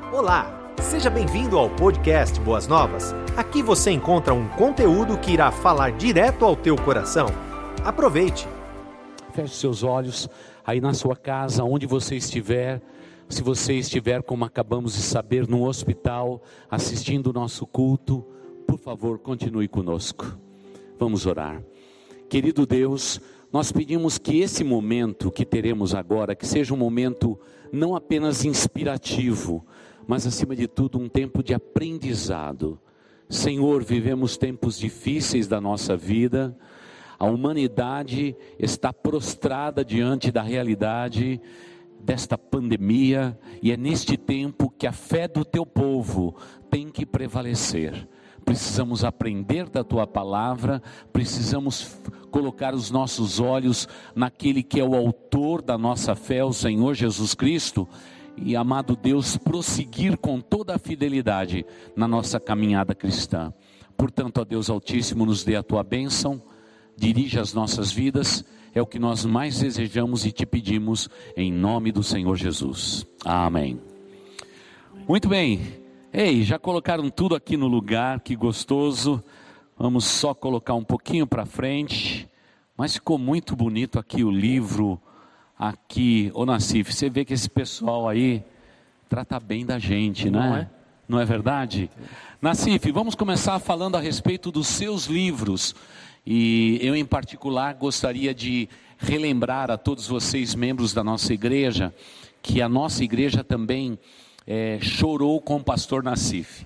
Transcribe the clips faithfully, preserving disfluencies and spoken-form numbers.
Olá, seja bem-vindo ao podcast Boas Novas. Aqui você encontra um conteúdo que irá falar direto ao teu coração. Aproveite. Feche seus olhos aí na sua casa, onde você estiver. Se você estiver, como acabamos de saber, no hospital, assistindo o nosso culto, por favor, continue conosco. Vamos orar. Querido Deus, nós pedimos que esse momento que teremos agora, que seja um momento não apenas inspirativo, mas acima de tudo um tempo de aprendizado. Senhor, vivemos tempos difíceis da nossa vida, a humanidade está prostrada diante da realidade desta pandemia, e é neste tempo que a fé do teu povo tem que prevalecer. Precisamos aprender da tua palavra, precisamos colocar os nossos olhos naquele que é o autor da nossa fé, o Senhor Jesus Cristo, e, amado Deus, prosseguir com toda a fidelidade na nossa caminhada cristã. Portanto, ó Deus Altíssimo, nos dê a tua bênção, dirija as nossas vidas, é o que nós mais desejamos e te pedimos, em nome do Senhor Jesus. Amém. Muito bem. Ei, já colocaram tudo aqui no lugar, que gostoso. Vamos só colocar um pouquinho para frente, mas ficou muito bonito aqui o livro, aqui, ô Nassif, você vê que esse pessoal aí trata bem da gente, Não né? é? Não é verdade? Nassif, vamos começar falando a respeito dos seus livros, e eu em particular gostaria de relembrar a todos vocês, membros da nossa igreja, que a nossa igreja também é, chorou com o pastor Nassif.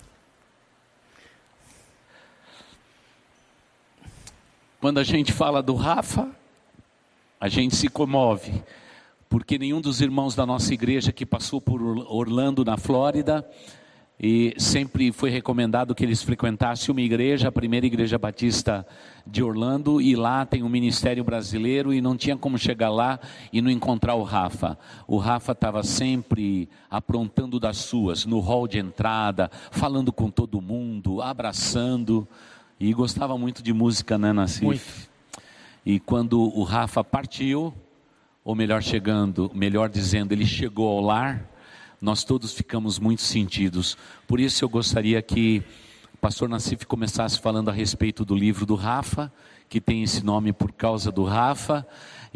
Quando a gente fala do Rafa, a gente se comove, porque nenhum dos irmãos da nossa igreja que passou por Orlando, na Flórida, e sempre foi recomendado que eles frequentassem uma igreja, a primeira igreja batista de Orlando, e lá tem um ministério brasileiro, e não tinha como chegar lá e não encontrar o Rafa. O Rafa estava sempre aprontando das suas, no hall de entrada, falando com todo mundo, abraçando, e gostava muito de música, né, Nassif? Muito. E quando o Rafa partiu, ou melhor chegando, melhor dizendo, ele chegou ao lar, nós todos ficamos muito sentidos. Por isso eu gostaria que o pastor Nassif começasse falando a respeito do livro do Rafa, que tem esse nome por causa do Rafa,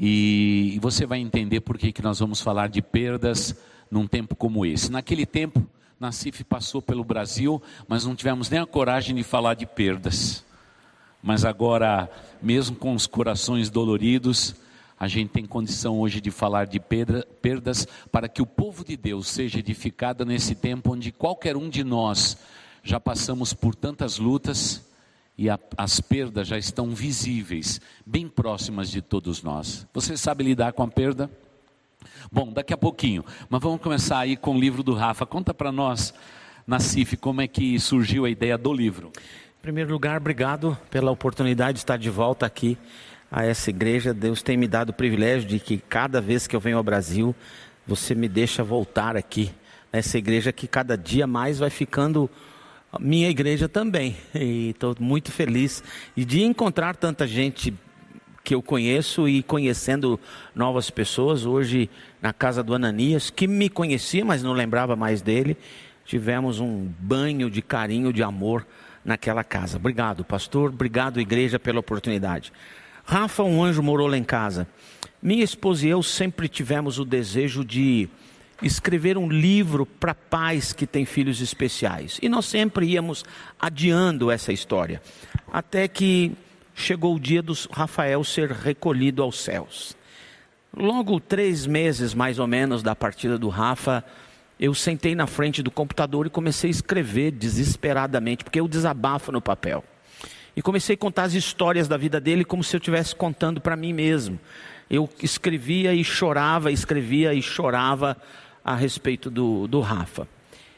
e você vai entender por que que nós vamos falar de perdas num tempo como esse. Naquele tempo, Nassif passou pelo Brasil, mas não tivemos nem a coragem de falar de perdas. Mas agora, mesmo com os corações doloridos, a gente tem condição hoje de falar de perdas, para que o povo de Deus seja edificado nesse tempo onde qualquer um de nós já passamos por tantas lutas, e a, as perdas já estão visíveis, bem próximas de todos nós. Você sabe lidar com a perda? Bom, daqui a pouquinho, mas vamos começar aí com o livro do Rafa. Conta para nós, Nassif, como é que surgiu a ideia do livro? Em primeiro lugar, obrigado pela oportunidade de estar de volta aqui a essa igreja. Deus tem me dado o privilégio de que cada vez que eu venho ao Brasil, você me deixa voltar aqui, nessa igreja que cada dia mais vai ficando minha igreja também. E estou muito feliz e de encontrar tanta gente que eu conheço e conhecendo novas pessoas. Hoje na casa do Ananias, que me conhecia, mas não lembrava mais dele, tivemos um banho de carinho, de amor naquela casa. Obrigado, pastor, obrigado, igreja, pela oportunidade. Rafa, um anjo morou lá em casa. Minha esposa e eu sempre tivemos o desejo de escrever um livro para pais que têm filhos especiais, e nós sempre íamos adiando essa história, até que chegou o dia do Rafael ser recolhido aos céus. Logo três meses mais ou menos da partida do Rafa, eu sentei na frente do computador e comecei a escrever desesperadamente, porque eu desabafo no papel. E comecei a contar as histórias da vida dele como se eu estivesse contando para mim mesmo. Eu escrevia e chorava, escrevia e chorava a respeito do, do Rafa.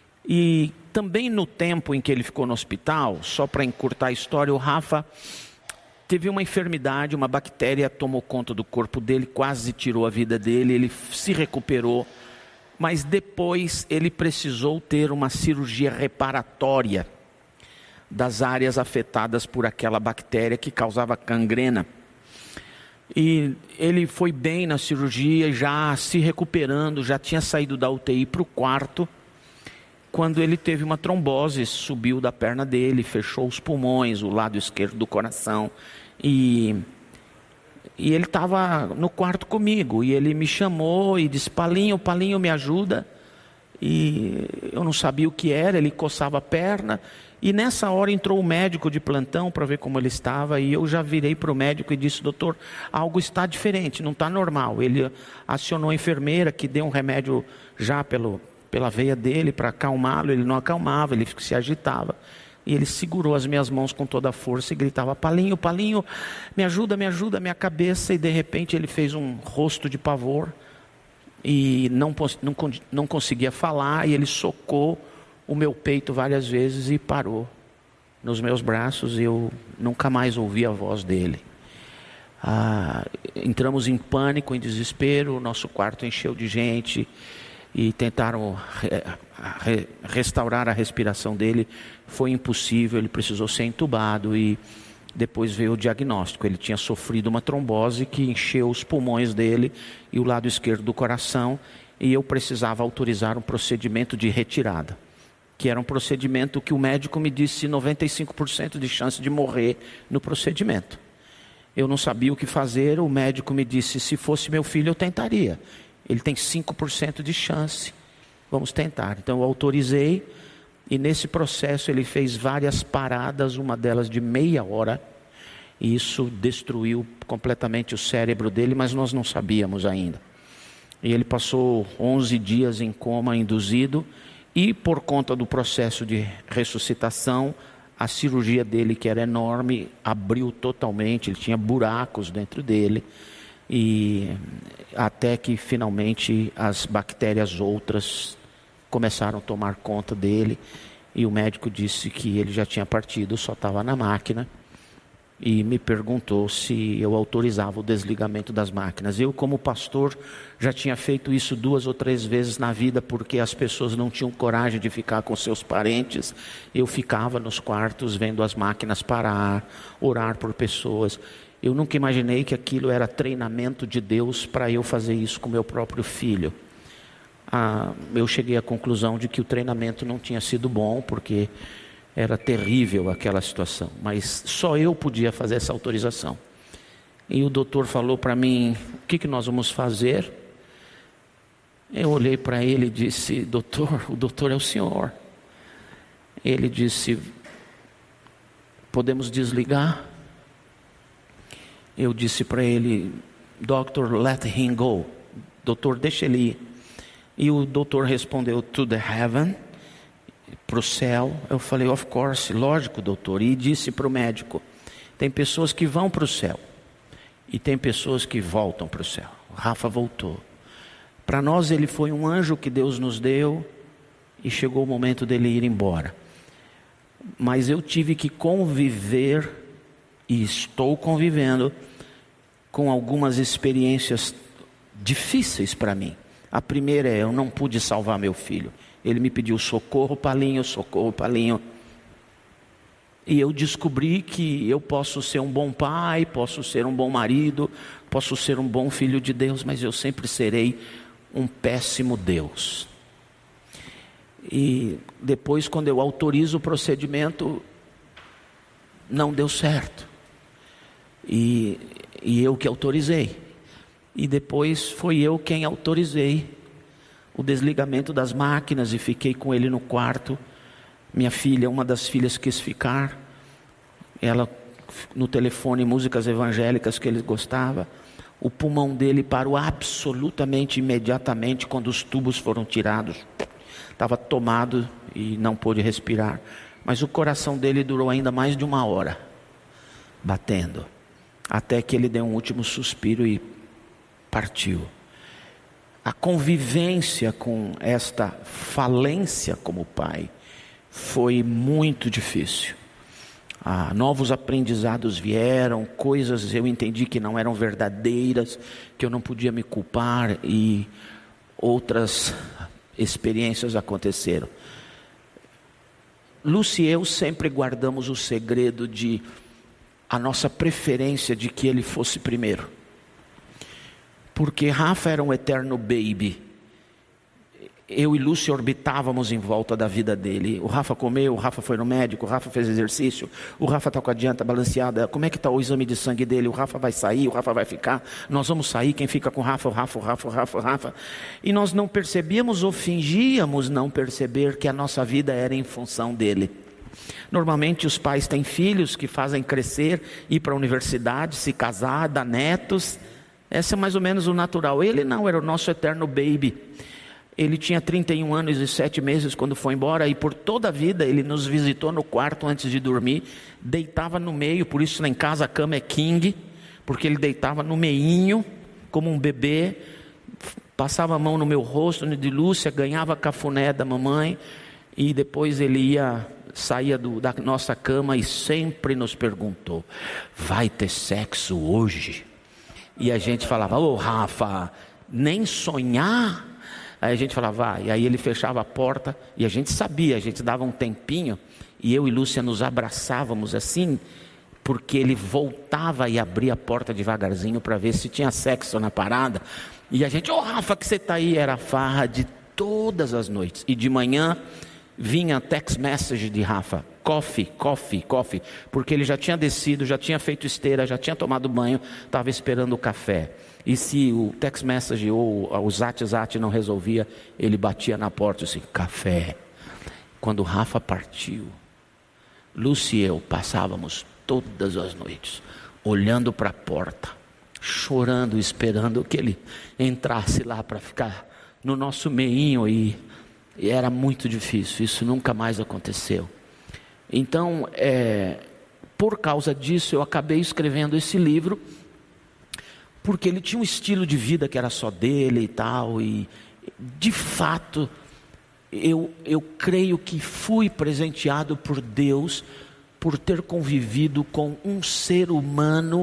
E também no tempo em que ele ficou no hospital, só para encurtar a história, o Rafa teve uma enfermidade, uma bactéria tomou conta do corpo dele, quase tirou a vida dele, ele se recuperou, mas depois ele precisou ter uma cirurgia reparatória das áreas afetadas por aquela bactéria que causava gangrena. E ele foi bem na cirurgia, já se recuperando, já tinha saído da U T I para o quarto, quando ele teve uma trombose, subiu da perna dele, fechou os pulmões, o lado esquerdo do coração. E, e ele estava no quarto comigo, e ele me chamou e disse: Palinho, Palinho, me ajuda. E eu não sabia o que era, ele coçava a perna. E nessa hora entrou o médico de plantão para ver como ele estava, e eu já virei para o médico e disse: doutor, algo está diferente, não está normal. Ele acionou a enfermeira, que deu um remédio já pelo, pela veia dele para acalmá-lo. Ele não acalmava, ele se agitava. E ele segurou as minhas mãos com toda a força e gritava: Palinho, Palinho, me ajuda, me ajuda, minha cabeça. E de repente ele fez um rosto de pavor e não, não, não conseguia falar, e ele socou o meu peito várias vezes e parou nos meus braços. E eu nunca mais ouvi a voz dele. Ah, entramos em pânico, em desespero. O nosso quarto encheu de gente e tentaram re, re, restaurar a respiração dele. Foi impossível, ele precisou ser entubado. E depois veio o diagnóstico: ele tinha sofrido uma trombose que encheu os pulmões dele e o lado esquerdo do coração, e eu precisava autorizar um procedimento de retirada, que era um procedimento que o médico me disse noventa e cinco por cento de chance de morrer no procedimento. Eu não sabia o que fazer. O médico me disse: se fosse meu filho eu tentaria, ele tem cinco por cento de chance, vamos tentar. Então eu autorizei, e nesse processo ele fez várias paradas, uma delas de meia hora, e isso destruiu completamente o cérebro dele, mas nós não sabíamos ainda. E ele passou onze dias em coma induzido. E por conta do processo de ressuscitação, a cirurgia dele, que era enorme, abriu totalmente. Ele tinha buracos dentro dele. E até que finalmente as bactérias outras começaram a tomar conta dele. E o médico disse que ele já tinha partido, só estava na máquina. E me perguntou se eu autorizava o desligamento das máquinas. Eu, como pastor, já tinha feito isso duas ou três vezes na vida, porque as pessoas não tinham coragem de ficar com seus parentes. Eu ficava nos quartos vendo as máquinas parar, orar por pessoas. Eu nunca imaginei que aquilo era treinamento de Deus para eu fazer isso com meu próprio filho. Ah, eu cheguei à conclusão de que o treinamento não tinha sido bom, porque era terrível aquela situação, mas só eu podia fazer essa autorização. E o doutor falou para mim: o que, que nós vamos fazer? Eu olhei para ele e disse: doutor, o doutor é o senhor. Ele disse: podemos desligar? Eu disse para ele: doctor, let him go. Doutor, deixa ele ir. E o doutor respondeu: to the heaven, para o céu. Eu falei: of course, lógico, doutor. E disse para o médico: tem pessoas que vão para o céu e tem pessoas que voltam para o céu. O Rafa voltou. Para nós ele foi um anjo que Deus nos deu, e chegou o momento dele ir embora. Mas eu tive que conviver, e estou convivendo, com algumas experiências difíceis para mim. A primeira é: eu não pude salvar meu filho. Ele me pediu: socorro, Palinho, socorro, Palinho. E eu descobri que eu posso ser um bom pai, posso ser um bom marido, posso ser um bom filho de Deus, mas eu sempre serei um péssimo Deus. E depois, quando eu autorizo o procedimento, não deu certo. E, e eu que autorizei. E depois foi eu quem autorizei o desligamento das máquinas, e fiquei com ele no quarto. Minha filha, uma das filhas, quis ficar. Ela, no telefone, músicas evangélicas que ele gostava. O pulmão dele parou absolutamente imediatamente quando os tubos foram tirados. Estava tomado e não pôde respirar. Mas o coração dele durou ainda mais de uma hora, batendo, até que ele deu um último suspiro e partiu. A convivência com esta falência como pai foi muito difícil. Ah, novos aprendizados vieram, coisas eu entendi que não eram verdadeiras, que eu não podia me culpar, e outras experiências aconteceram. Lúcia e eu sempre guardamos o segredo de a nossa preferência de que ele fosse primeiro. Porque Rafa era um eterno baby. eu e Lúcia orbitávamos em volta da vida dele. O Rafa comeu, o Rafa foi no médico, o Rafa fez exercício, o Rafa está com a dieta balanceada, como é que está o exame de sangue dele? O Rafa vai sair, o Rafa vai ficar, nós vamos sair, quem fica com o Rafa, o Rafa, o Rafa, o Rafa, o Rafa. E nós não percebíamos ou fingíamos não perceber que a nossa vida era em função dele. Normalmente os pais têm filhos que fazem crescer, ir para a universidade, se casar, dar netos. Esse é mais ou menos o natural. Ele não, era o nosso eterno baby. Ele tinha trinta e um anos e sete meses quando foi embora, e por toda a vida ele nos visitou no quarto antes de dormir, deitava no meio, por isso lá em casa a cama é king, porque ele deitava no meinho, como um bebê, passava a mão no meu rosto, no de Lúcia, ganhava cafuné da mamãe, e depois ele ia, saía do, da nossa cama e sempre nos perguntou: vai ter sexo hoje? E a gente falava: ô Rafa, nem sonhar. Aí a gente falava, vai. Aí ele fechava a porta e a gente sabia, a gente dava um tempinho e eu e Lúcia nos abraçávamos assim, porque ele voltava e abria a porta devagarzinho para ver se tinha sexo na parada. E a gente, ô Rafa, que você está aí? Era a farra de todas as noites. E de manhã vinha text message de Rafa: coffee, coffee, coffee, porque ele já tinha descido, já tinha feito esteira, já tinha tomado banho, estava esperando o café. E se o text message ou o zat zat não resolvia, ele batia na porta assim: café. Quando o Rafa partiu, Lúcia e eu passávamos todas as noites olhando para a porta, chorando, esperando que ele entrasse lá para ficar no nosso meinho, e, e era muito difícil, isso nunca mais aconteceu. Então, é, por causa disso, eu acabei escrevendo esse livro, porque ele tinha um estilo de vida que era só dele e tal, e de fato, eu, eu creio que fui presenteado por Deus, por ter convivido com um ser humano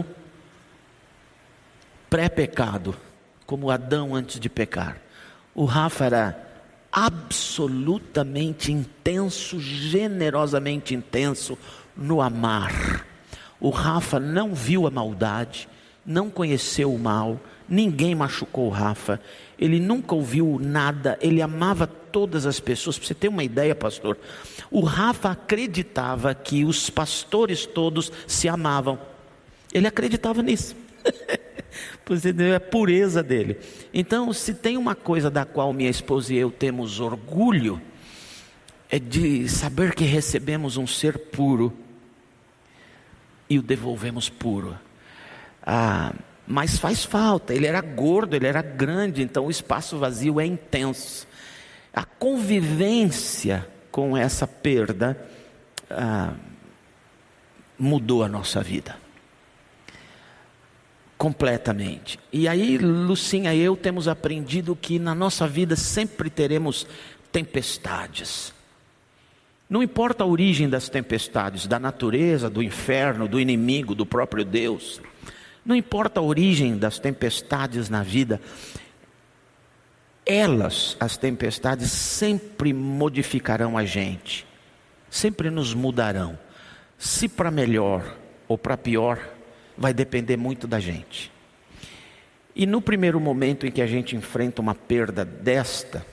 pré-pecado, como Adão antes de pecar. O Rafa era absolutamente intenso, generosamente intenso no amar. O Rafa não viu a maldade, não conheceu o mal, ninguém machucou o Rafa, ele nunca ouviu nada, ele amava todas as pessoas. Para você ter uma ideia, pastor, o Rafa acreditava que os pastores todos se amavam, ele acreditava nisso. Você entendeu? É a pureza dele. Então, se tem uma coisa da qual minha esposa e eu temos orgulho, é de saber que recebemos um ser puro e o devolvemos puro. Ah, mas faz falta, ele era gordo, ele era grande, então o espaço vazio é intenso. A convivência com essa perda ah, mudou a nossa vida completamente. E aí Lucinha e eu temos aprendido que na nossa vida sempre teremos tempestades. Não importa a origem das tempestades, da natureza, do inferno, do inimigo, do próprio Deus. Não importa a origem das tempestades na vida, elas, as tempestades, sempre modificarão a gente, sempre nos mudarão. Se para melhor ou para pior, vai depender muito da gente. E no primeiro momento em que a gente enfrenta uma perda desta,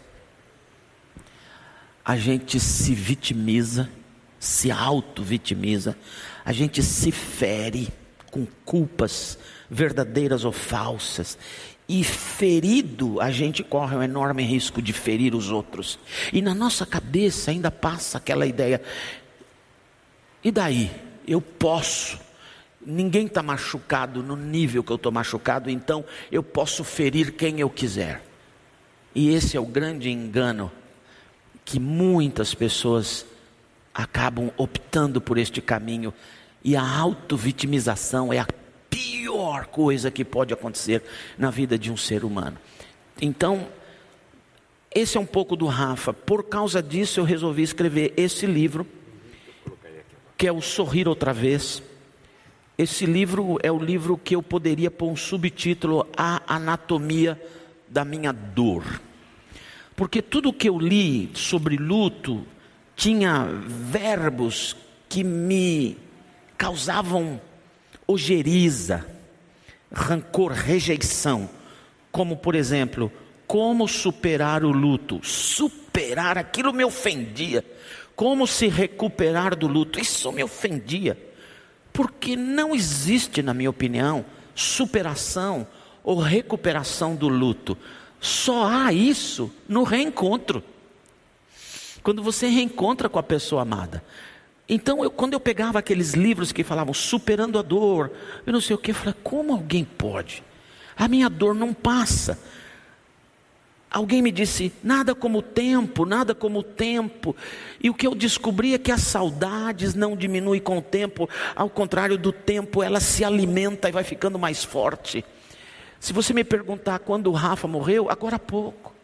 a gente se vitimiza, se auto-vitimiza, a gente se fere com culpas verdadeiras ou falsas, e ferido a gente corre um enorme risco de ferir os outros. E na nossa cabeça ainda passa aquela ideia: e daí? Eu posso, ninguém está machucado no nível que eu estou machucado, então eu posso ferir quem eu quiser. E esse é o grande engano que muitas pessoas acabam optando por este caminho. E a auto-vitimização é a pior coisa que pode acontecer na vida de um ser humano. Então, esse é um pouco do Rafa. Por causa disso eu resolvi escrever esse livro, que é o Sorrir Outra Vez. Esse livro é o livro que eu poderia pôr um subtítulo: A Anatomia da Minha Dor. Porque tudo que eu li sobre luto tinha verbos que me causavam ojeriza, rancor, rejeição. Como, por exemplo, como superar o luto. Superar, aquilo me ofendia. Como se recuperar do luto, isso me ofendia. Porque não existe, na minha opinião, superação ou recuperação do luto. Só há isso no reencontro. Quando você reencontra com a pessoa amada. Então, eu, quando eu pegava aqueles livros que falavam superando a dor, eu não sei o que, eu falei, como alguém pode? A minha dor não passa. Alguém me disse, nada como o tempo, nada como o tempo. E o que eu descobri é que as saudades não diminuem com o tempo. Ao contrário do tempo, ela se alimenta e vai ficando mais forte. Se você me perguntar quando o Rafa morreu, agora há pouco.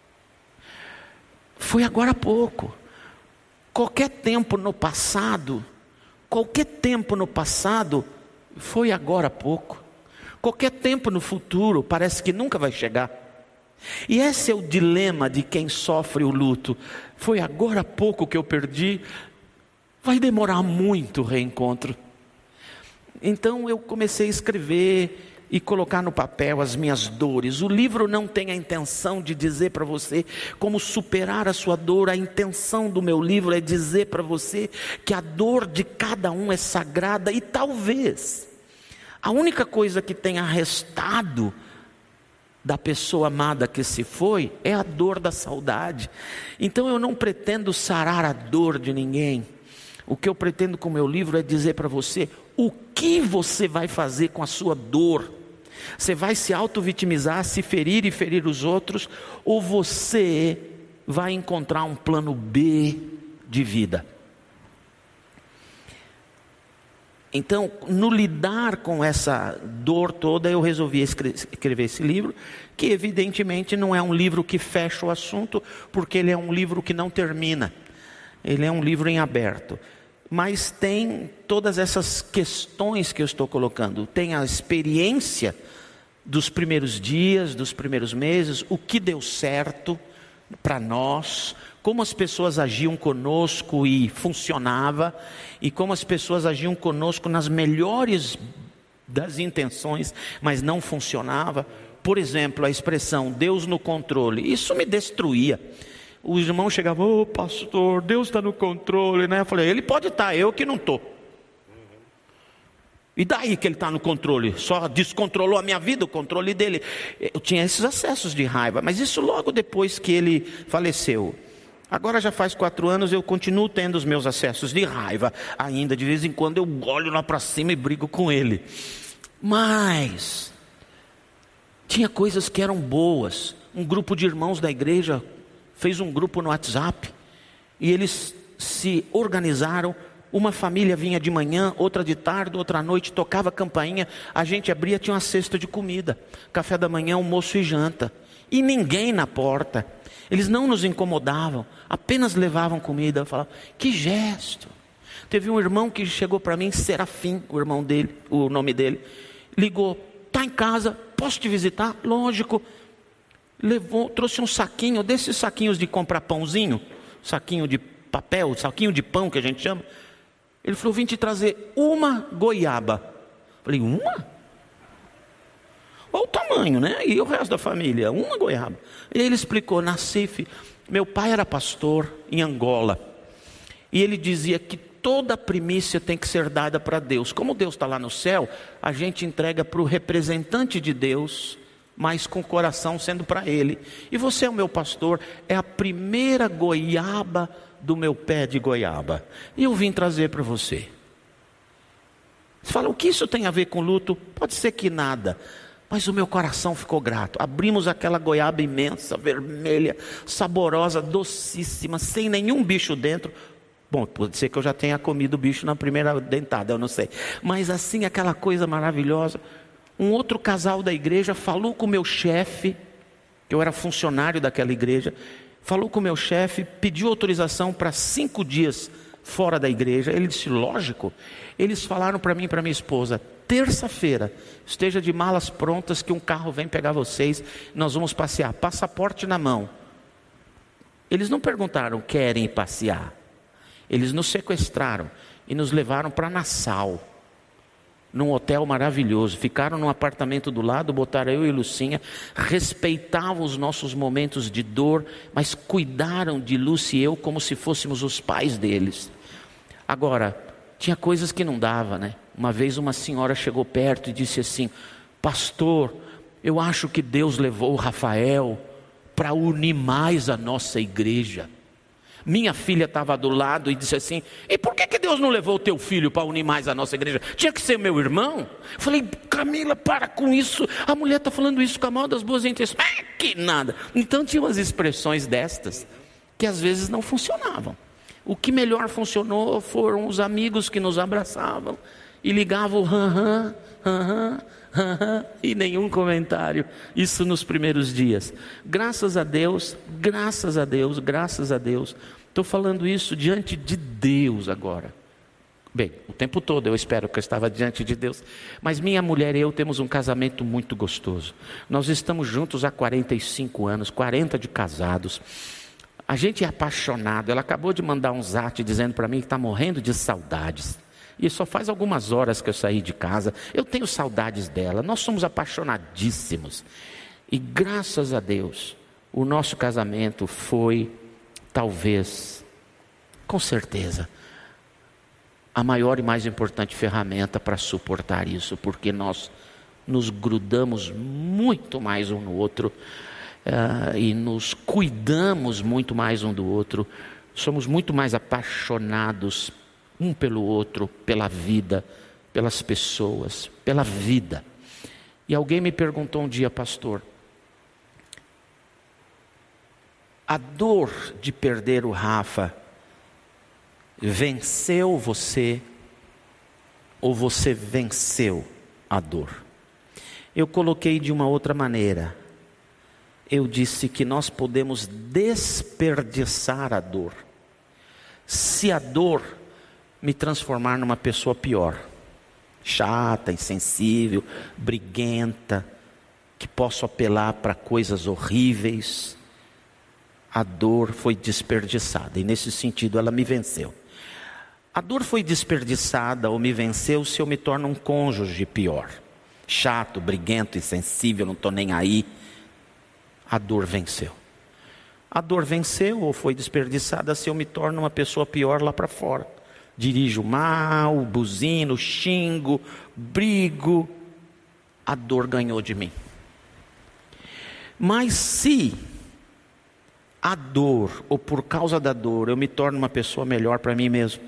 Foi agora há pouco. Qualquer tempo no passado, qualquer tempo no passado, foi agora há pouco. Qualquer tempo no futuro, parece que nunca vai chegar. E esse é o dilema de quem sofre o luto. Foi agora há pouco que eu perdi, vai demorar muito o reencontro. Então eu comecei a escrever e colocar no papel as minhas dores. O livro não tem a intenção de dizer para você como superar a sua dor. A intenção do meu livro é dizer para você que a dor de cada um é sagrada. E talvez a única coisa que tenha restado da pessoa amada que se foi é a dor da saudade. Então eu não pretendo sarar a dor de ninguém. O que eu pretendo com o meu livro é dizer para você o que você vai fazer com a sua dor. Você vai se auto-vitimizar, se ferir e ferir os outros, ou você vai encontrar um plano B de vida? Então, no lidar com essa dor toda, eu resolvi escrever esse livro, que evidentemente não é um livro que fecha o assunto, porque ele é um livro que não termina. Ele é um livro em aberto. Mas tem todas essas questões que eu estou colocando. Tem a experiência dos primeiros dias, dos primeiros meses, o que deu certo para nós, como as pessoas agiam conosco e funcionava, e como as pessoas agiam conosco nas melhores das intenções, mas não funcionava. Por exemplo, a expressão Deus no controle, isso me destruía. Os irmãos chegavam, ô oh, pastor, Deus está no controle, né? Eu falei, ele pode estar, eu que não estou. E daí que ele está no controle? Só descontrolou a minha vida, o controle dele. Eu tinha esses acessos de raiva, mas isso logo depois que ele faleceu. Agora já faz quatro anos, eu continuo tendo os meus acessos de raiva. Ainda de vez em quando eu olho lá para cima e brigo com ele. Mas tinha coisas que eram boas. Um grupo de irmãos da igreja fez um grupo no WhatsApp. E eles se organizaram. Uma família vinha de manhã, outra de tarde, outra à noite, tocava campainha. A gente abria, tinha uma cesta de comida. Café da manhã, almoço e janta. E ninguém na porta. Eles não nos incomodavam, apenas levavam comida. Eu falava, que gesto. Teve um irmão que chegou para mim, Serafim, o irmão dele, o nome dele. Ligou, está em casa, posso te visitar? Lógico. Levou, trouxe um saquinho, desses saquinhos de comprar pãozinho, saquinho de papel, saquinho de pão que a gente chama. Ele falou, vim te trazer uma goiaba. Falei, uma? Olha o tamanho, né? E o resto da família, uma goiaba. E ele explicou, Nassif, meu pai era pastor em Angola. E ele dizia que toda primícia tem que ser dada para Deus. Como Deus está lá no céu, a gente entrega para o representante de Deus, mas com o coração sendo para Ele. E você é o meu pastor, é a primeira goiaba do meu pé de goiaba. E eu vim trazer para você. Você fala, o que isso tem a ver com luto? Pode ser que nada. Mas o meu coração ficou grato. Abrimos aquela goiaba imensa, vermelha, saborosa, docíssima, sem nenhum bicho dentro. Bom, pode ser que eu já tenha comido o bicho na primeira dentada, eu não sei. Mas assim, aquela coisa maravilhosa. Um outro casal da igreja falou com o meu chefe, que eu era funcionário daquela igreja, falou com o meu chefe, pediu autorização para cinco dias fora da igreja. Ele disse, lógico. Eles falaram para mim e para minha esposa, terça-feira, esteja de malas prontas que um carro vem pegar vocês, nós vamos passear, passaporte na mão. Eles não perguntaram, querem passear? Eles nos sequestraram e nos levaram para Nassau. num hotel maravilhoso, ficaram num apartamento do lado, botaram eu e Lucinha, respeitavam os nossos momentos de dor, mas cuidaram de Lúcia e eu como se fôssemos os pais deles. Agora, tinha coisas que não dava, né? Uma vez uma senhora chegou perto e disse assim: pastor, eu acho que Deus levou o Rafael para unir mais a nossa igreja. Minha filha estava do lado e disse assim: e por que, que Deus não levou o teu filho para unir mais a nossa igreja? Tinha que ser meu irmão? Eu falei: Camila, para com isso, a mulher está falando isso com a maior das boas intenções. Ah, que nada. Então tinha umas expressões destas que às vezes não funcionavam. O que melhor funcionou foram os amigos que nos abraçavam e ligavam hã, hã, hã, hã, e nenhum comentário. Isso nos primeiros dias. Graças a Deus, graças a Deus, graças a Deus. Estou falando isso diante de Deus agora. Bem, o tempo todo eu espero que eu estava diante de Deus. Mas minha mulher e eu temos um casamento muito gostoso. Nós estamos juntos há quarenta e cinco anos, quarenta de casados. A gente é apaixonado. Ela acabou de mandar um zap dizendo para mim que está morrendo de saudades. E só faz algumas horas que eu saí de casa. Eu tenho saudades dela. Nós somos apaixonadíssimos. E graças a Deus, o nosso casamento foi, talvez, com certeza, a maior e mais importante ferramenta para suportar isso. Porque nós nos grudamos muito mais um no outro. Uh, e nos cuidamos muito mais um do outro. Somos muito mais apaixonados um pelo outro, pela vida, pelas pessoas, pela vida. E alguém me perguntou um dia: pastor, a dor de perder o Rafa venceu você ou você venceu a dor? Eu coloquei de uma outra maneira. Eu disse que nós podemos desperdiçar a dor, se a dor me transformar numa pessoa pior, chata, insensível, briguenta, que posso apelar para coisas horríveis. A dor foi desperdiçada e nesse sentido ela me venceu. A dor foi desperdiçada ou me venceu se eu me torno um cônjuge pior, chato, briguento, insensível, não estou nem aí. A dor venceu. A dor venceu ou foi desperdiçada se eu me torno uma pessoa pior lá para fora. Dirijo mal, buzino, xingo, brigo. A dor ganhou de mim. Mas se a dor, ou por causa da dor, eu me torno uma pessoa melhor para mim mesmo.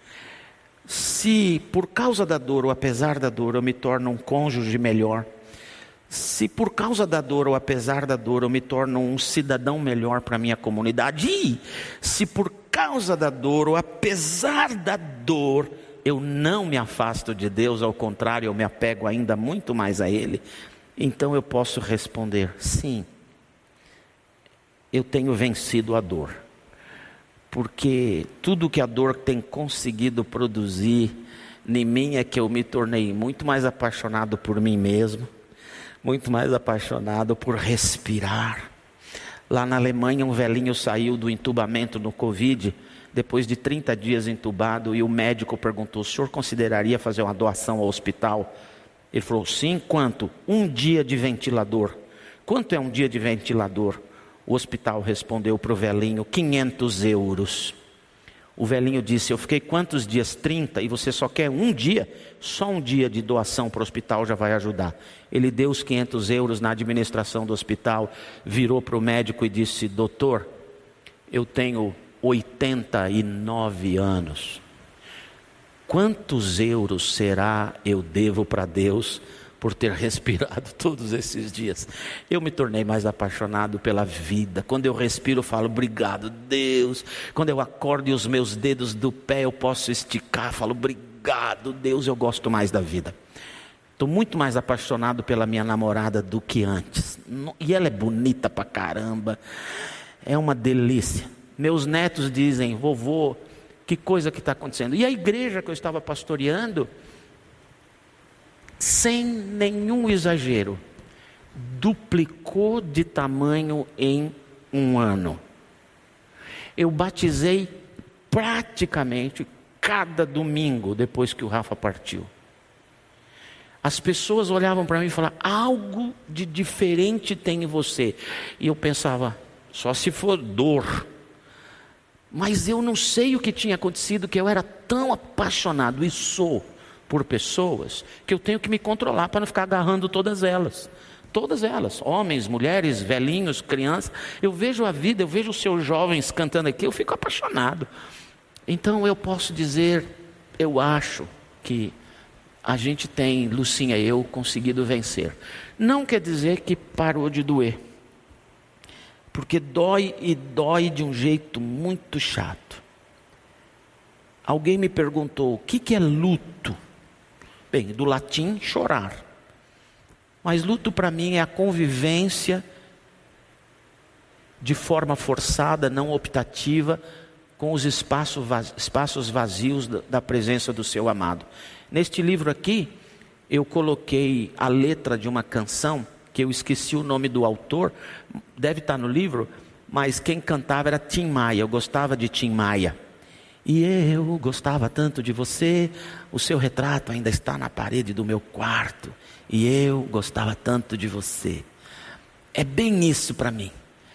Se por causa da dor ou apesar da dor eu me torno um cônjuge melhor. Se por causa da dor ou apesar da dor eu me torno um cidadão melhor para a minha comunidade. E se por causa da dor ou apesar da dor eu não me afasto de Deus, ao contrário, eu me apego ainda muito mais a Ele. Então eu posso responder: sim, eu tenho vencido a dor. Porque tudo que a dor tem conseguido produzir em mim é que eu me tornei muito mais apaixonado por mim mesmo. Muito mais apaixonado por respirar. Lá na Alemanha, um velhinho saiu do entubamento no Covid, depois de trinta dias entubado, e o médico perguntou: o senhor consideraria fazer uma doação ao hospital? Ele falou: sim, quanto? Um dia de ventilador. Quanto é um dia de ventilador? O hospital respondeu para o velhinho: quinhentos euros. O velhinho disse: eu fiquei quantos dias? trinta, e você só quer um dia? Só um dia de doação para o hospital já vai ajudar. Ele deu os quinhentos euros na administração do hospital, virou para o médico e disse: doutor, eu tenho oitenta e nove anos. Quantos euros será eu devo para Deus por ter respirado todos esses dias? Eu me tornei mais apaixonado pela vida. Quando eu respiro eu falo: obrigado Deus. Quando eu acordo e os meus dedos do pé eu posso esticar, falo: obrigado Deus. Eu gosto mais da vida. Estou muito mais apaixonado pela minha namorada do que antes. E ela é bonita pra caramba. É uma delícia. Meus netos dizem: vovô, que coisa que está acontecendo. E a igreja que eu estava pastoreando, sem nenhum exagero, duplicou de tamanho em um ano. Eu batizei praticamente cada domingo depois que o Rafa partiu. As pessoas olhavam para mim e falavam: algo de diferente tem em você. E eu pensava: só se for dor. Mas eu não sei o que tinha acontecido, que eu era tão apaixonado, e sou, por pessoas, que eu tenho que me controlar para não ficar agarrando todas elas. Todas elas, homens, mulheres, velhinhos, crianças. Eu vejo a vida, eu vejo os seus jovens cantando aqui, eu fico apaixonado. Então eu posso dizer, eu acho que a gente tem, Lucinha e eu, conseguido vencer. Não quer dizer que parou de doer. Porque dói, e dói de um jeito muito chato. Alguém me perguntou: o que, que é luto? Bem, do latim, chorar. Mas luto para mim é a convivência de forma forçada, não optativa, com os espaços vazios da presença do seu amado. Neste livro aqui, eu coloquei a letra de uma canção, que eu esqueci o nome do autor, deve estar no livro, mas quem cantava era Tim Maia. Eu gostava de Tim Maia. E eu gostava tanto de você, o seu retrato ainda está na parede do meu quarto. E eu gostava tanto de você. É bem isso para mim.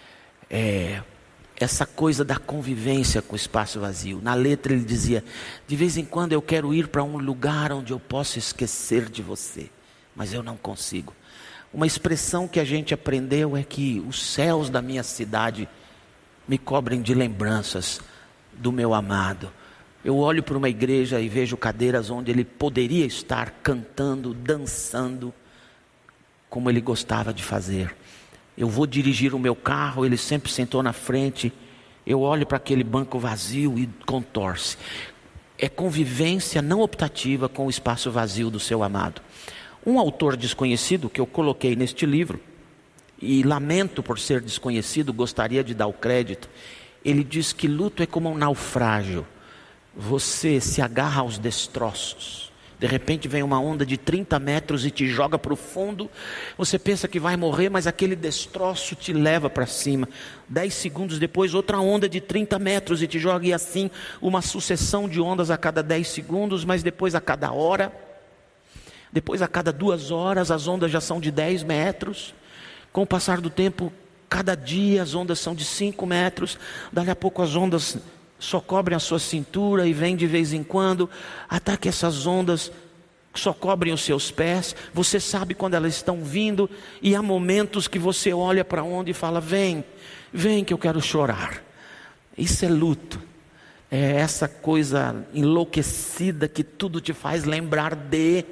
É, essa coisa da convivência com o espaço vazio. Na letra ele dizia: de vez em quando eu quero ir para um lugar onde eu possa esquecer de você, mas eu não consigo. Uma expressão que a gente aprendeu é que os céus da minha cidade me cobrem de lembranças do meu amado. Eu olho para uma igreja e vejo cadeiras onde ele poderia estar cantando, dançando, como ele gostava de fazer. Eu vou dirigir o meu carro, ele sempre sentou na frente. Eu olho para aquele banco vazio e contorce. É convivência não optativa com o espaço vazio do seu amado. Um autor desconhecido que eu coloquei neste livro, e lamento por ser desconhecido, gostaria de dar o crédito. Ele diz que luto é como um naufrágio. Você se agarra aos destroços. De repente vem uma onda de trinta metros e te joga para o fundo. Você pensa que vai morrer, mas aquele destroço te leva para cima. Dez segundos depois, outra onda de trinta metros e te joga. E assim, uma sucessão de ondas a cada dez segundos, mas depois a cada hora. Depois a cada duas horas as ondas já são de dez metros. Com o passar do tempo, cada dia as ondas são de cinco metros. Dali a pouco as ondas só cobrem a sua cintura e vêm de vez em quando. Até que essas ondas só cobrem os seus pés. Você sabe quando elas estão vindo. E há momentos que você olha para onde e fala: vem, vem que eu quero chorar. Isso é luto. É essa coisa enlouquecida que tudo te faz lembrar de...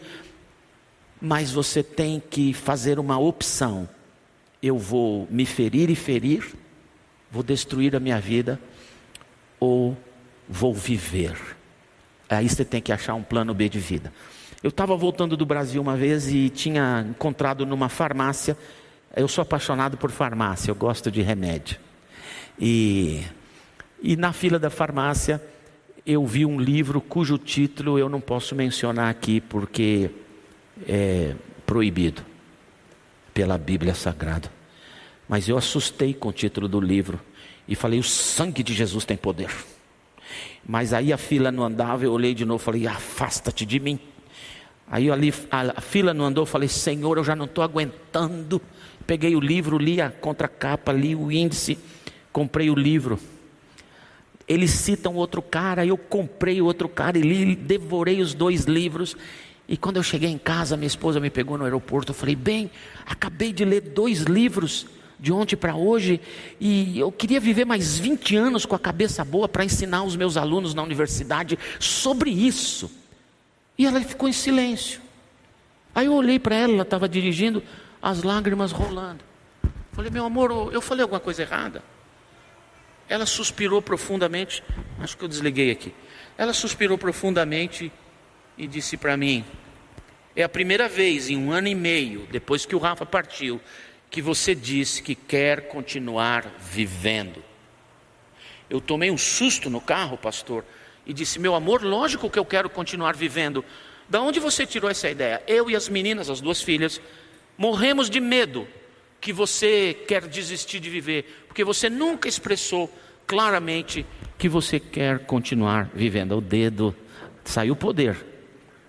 Mas você tem que fazer uma opção. Eu vou me ferir e ferir, vou destruir a minha vida, ou vou viver. Aí você tem que achar um plano B de vida. Eu estava voltando do Brasil uma vez e tinha encontrado numa farmácia. Eu sou apaixonado por farmácia, eu gosto de remédio. E, e na fila da farmácia eu vi um livro cujo título eu não posso mencionar aqui porque é proibido pela Bíblia Sagrada. Mas eu assustei com o título do livro e falei: o sangue de Jesus tem poder. Mas aí a fila não andava, eu olhei de novo e falei: afasta-te de mim. Aí ali, a, a fila não andou, eu falei: Senhor, eu já não estou aguentando. Peguei o livro, li a contracapa, li o índice, comprei o livro. Eles citam outro cara, eu comprei outro cara e li, devorei os dois livros. E quando eu cheguei em casa, minha esposa me pegou no aeroporto. Eu falei: bem, acabei de ler dois livros de ontem para hoje, e eu queria viver mais vinte anos com a cabeça boa para ensinar os meus alunos na universidade sobre isso. E ela ficou em silêncio. Aí eu olhei para ela, ela estava dirigindo, as lágrimas rolando. Falei: meu amor, eu falei alguma coisa errada? Ela suspirou profundamente. Acho que eu desliguei aqui. Ela suspirou profundamente e disse para mim: é a primeira vez em um ano e meio, depois que o Rafa partiu, que você disse que quer continuar vivendo. Eu tomei um susto no carro, pastor, e disse: meu amor, lógico que eu quero continuar vivendo. Da onde você tirou essa ideia? Eu e as meninas, as duas filhas, morremos de medo que você quer desistir de viver, porque você nunca expressou claramente que você quer continuar vivendo. O dedo, saiu o poder.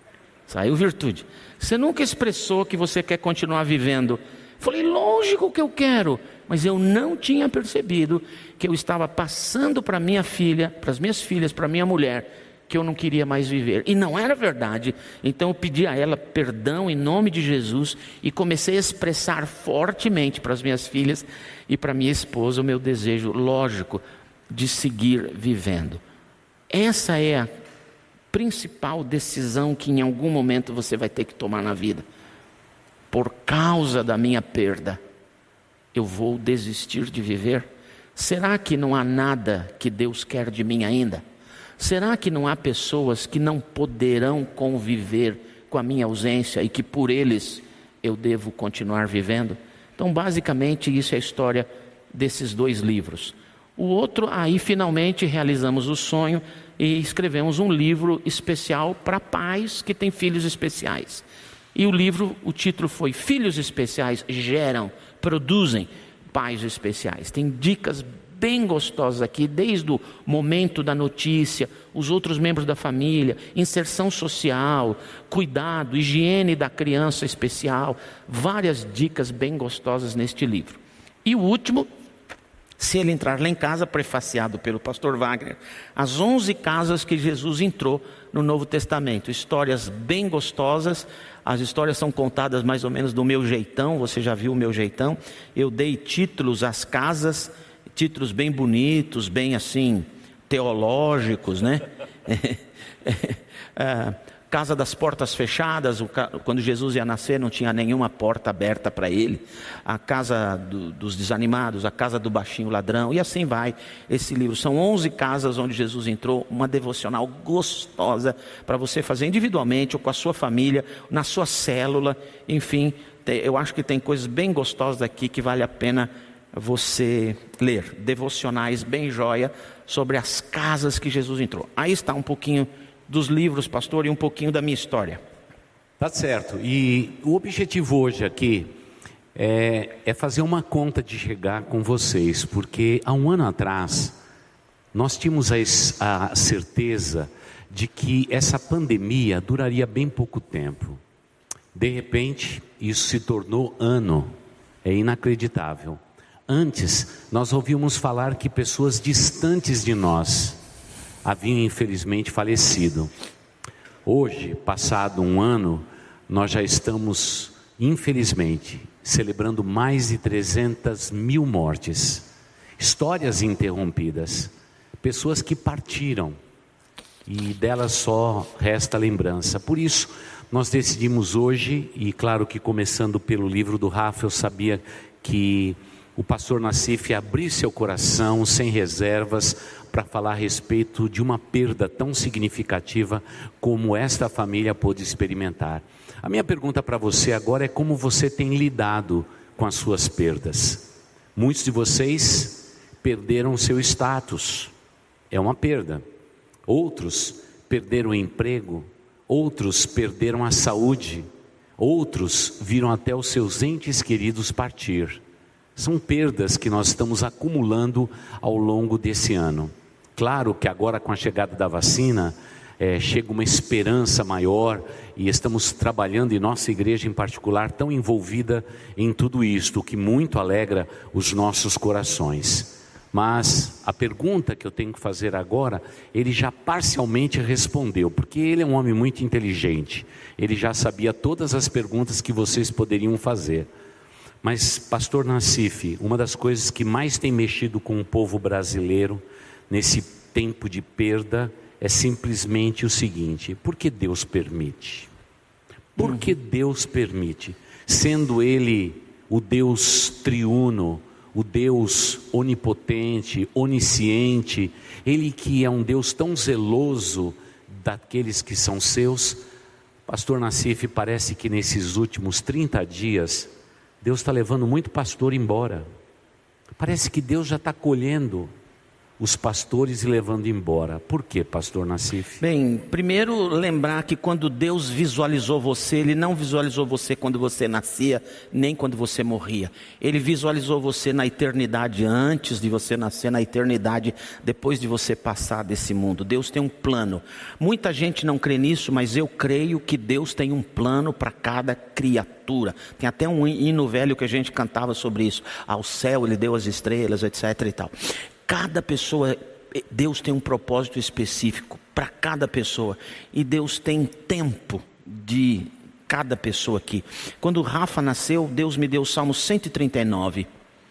Saiu virtude. Você nunca expressou que você quer continuar vivendo. Falei, lógico que eu quero, mas eu não tinha percebido que eu estava passando para minha filha, para as minhas filhas, para minha mulher, que eu não queria mais viver. E não era verdade. Então eu pedi a ela perdão em nome de Jesus e comecei a expressar fortemente para as minhas filhas e para minha esposa o meu desejo lógico de seguir vivendo. Essa é a principal decisão que em algum momento você vai ter que tomar na vida. Por causa da minha perda, eu vou desistir de viver? Será que não há nada que Deus quer de mim ainda? Será que não há pessoas que não poderão conviver com a minha ausência e que por eles eu devo continuar vivendo? Então, basicamente, isso é a história desses dois livros. O outro, aí finalmente realizamos o sonho e escrevemos um livro especial para pais que têm filhos especiais. E o livro, o título foi Filhos Especiais Geram, Produzem Pais Especiais. Tem dicas bem gostosas aqui, desde o momento da notícia, os outros membros da família, inserção social, cuidado, higiene da criança especial, várias dicas bem gostosas neste livro. E o último, Se Ele Entrar Lá em Casa, prefaciado pelo pastor Wagner, as onze casas que Jesus entrou no Novo Testamento, histórias bem gostosas. As histórias são contadas mais ou menos do meu jeitão, você já viu o meu jeitão. Eu dei títulos às casas, títulos bem bonitos, bem assim, teológicos, né? é, Casa das Portas Fechadas, quando Jesus ia nascer não tinha nenhuma porta aberta para ele. A Casa do, dos Desanimados, a Casa do Baixinho Ladrão, e assim vai esse livro. São onze casas onde Jesus entrou, uma devocional gostosa para você fazer individualmente ou com a sua família, na sua célula, enfim. Eu acho que tem coisas bem gostosas aqui que vale a pena você ler. Devocionais bem joia sobre as casas que Jesus entrou. Aí está um pouquinho dos livros, pastor, e um pouquinho da minha história. Tá certo. E o objetivo hoje aqui é, é fazer uma conta de chegar com vocês, porque há um ano atrás nós tínhamos a, a certeza de que essa pandemia duraria bem pouco tempo. De repente, isso se tornou ano. É inacreditável. Antes, nós ouvíamos falar que pessoas distantes de nós haviam infelizmente falecido. Hoje, passado um ano, nós já estamos, infelizmente, celebrando mais de trezentas mil mortes. Histórias interrompidas. Pessoas que partiram e delas só resta lembrança. Por isso, nós decidimos hoje, e claro que começando pelo livro do Rafa, eu sabia que o pastor Nassif abrir seu coração sem reservas para falar a respeito de uma perda tão significativa como esta família pôde experimentar. A minha pergunta para você agora é como você tem lidado com as suas perdas. Muitos de vocês perderam seu status, é uma perda. Outros perderam o emprego, outros perderam a saúde, outros viram até os seus entes queridos partir. São perdas que nós estamos acumulando ao longo desse ano. Claro que agora com a chegada da vacina, é, chega uma esperança maior e estamos trabalhando, e nossa igreja em particular, tão envolvida em tudo isto, o que muito alegra os nossos corações. Mas a pergunta que eu tenho que fazer agora, ele já parcialmente respondeu, porque ele é um homem muito inteligente. Ele já sabia todas as perguntas que vocês poderiam fazer. Mas, pastor Nassif, uma das coisas que mais tem mexido com o povo brasileiro nesse tempo de perda é simplesmente o seguinte: por que Deus permite? Por que Deus permite? Sendo Ele o Deus triuno, o Deus onipotente, onisciente, Ele que é um Deus tão zeloso daqueles que são seus. Pastor Nassif, parece que nesses últimos trinta dias, Deus está levando muito pastor embora. Parece que Deus já está colhendo os pastores e levando embora. Por quê, pastor Nassif? Bem, primeiro lembrar que quando Deus visualizou você, Ele não visualizou você quando você nascia, nem quando você morria. Ele visualizou você na eternidade antes de você nascer, na eternidade depois de você passar desse mundo. Deus tem um plano. Muita gente não crê nisso, mas eu creio que Deus tem um plano para cada criatura. Tem até um hino velho que a gente cantava sobre isso. Ao céu Ele deu as estrelas, etc e tal. Cada pessoa, Deus tem um propósito específico para cada pessoa. E Deus tem tempo de cada pessoa aqui. Quando o Rafa nasceu, Deus me deu o Salmo cento e trinta e nove.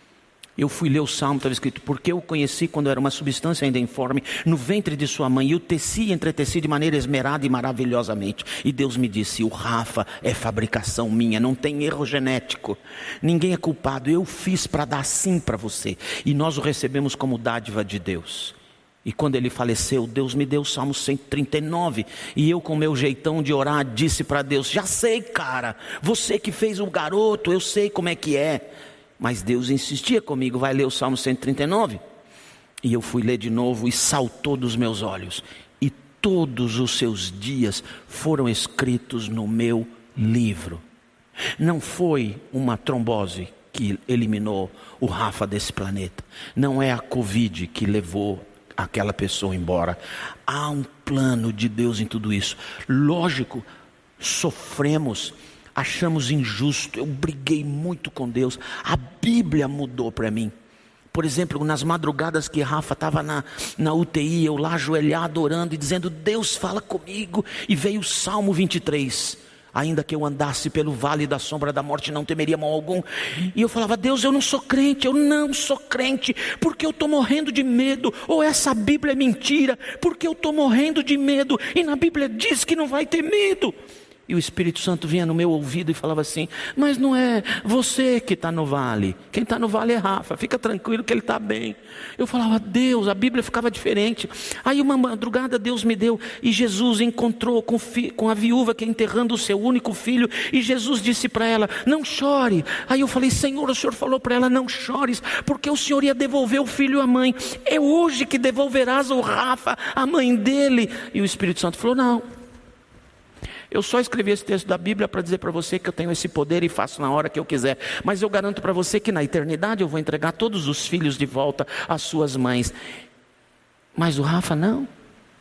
Eu fui ler o Salmo, estava escrito: porque eu o conheci quando era uma substância ainda informe, no ventre de sua mãe, e o teci e entreteci de maneira esmerada e maravilhosamente. E Deus me disse: o Rafa é fabricação minha, não tem erro genético, ninguém é culpado, eu fiz para dar sim para você. E nós o recebemos como dádiva de Deus. E quando ele faleceu, Deus me deu o Salmo cento e trinta e nove. E eu, com meu jeitão de orar, disse para Deus: já sei, cara, você que fez o garoto, eu sei como é que é. Mas Deus insistia comigo: vai ler o Salmo cento e trinta e nove. E eu fui ler de novo e saltou dos meus olhos. E todos os seus dias foram escritos no meu livro. Não foi uma trombose que eliminou o Rafa desse planeta. Não é a Covid que levou aquela pessoa embora. Há um plano de Deus em tudo isso. Lógico, sofremos, achamos injusto, eu briguei muito com Deus. A Bíblia mudou para mim. Por exemplo, nas madrugadas que Rafa estava na, na U T I, eu lá ajoelhado orando e dizendo: Deus, fala comigo. E veio o Salmo vinte e três: ainda que eu andasse pelo vale da sombra da morte, não temeria mal algum. E eu falava: Deus, eu não sou crente, eu não sou crente, porque eu estou morrendo de medo. Ou essa Bíblia é mentira, porque eu estou morrendo de medo, e na Bíblia diz que não vai ter medo. E o Espírito Santo vinha no meu ouvido e falava assim: mas não é você que está no vale, quem está no vale é Rafa, fica tranquilo que ele está bem. Eu falava: Deus, a Bíblia ficava diferente. Aí uma madrugada Deus me deu, e Jesus encontrou com, fi, com a viúva que é enterrando o seu único filho, e Jesus disse para ela: não chore. Aí eu falei: Senhor, o Senhor falou para ela: não chores, porque o Senhor ia devolver o filho à mãe, é hoje que devolverás o Rafa à mãe dele. E o Espírito Santo falou: não, eu só escrevi esse texto da Bíblia para dizer para você que eu tenho esse poder e faço na hora que eu quiser. Mas eu garanto para você que na eternidade eu vou entregar todos os filhos de volta às suas mães. Mas o Rafa não.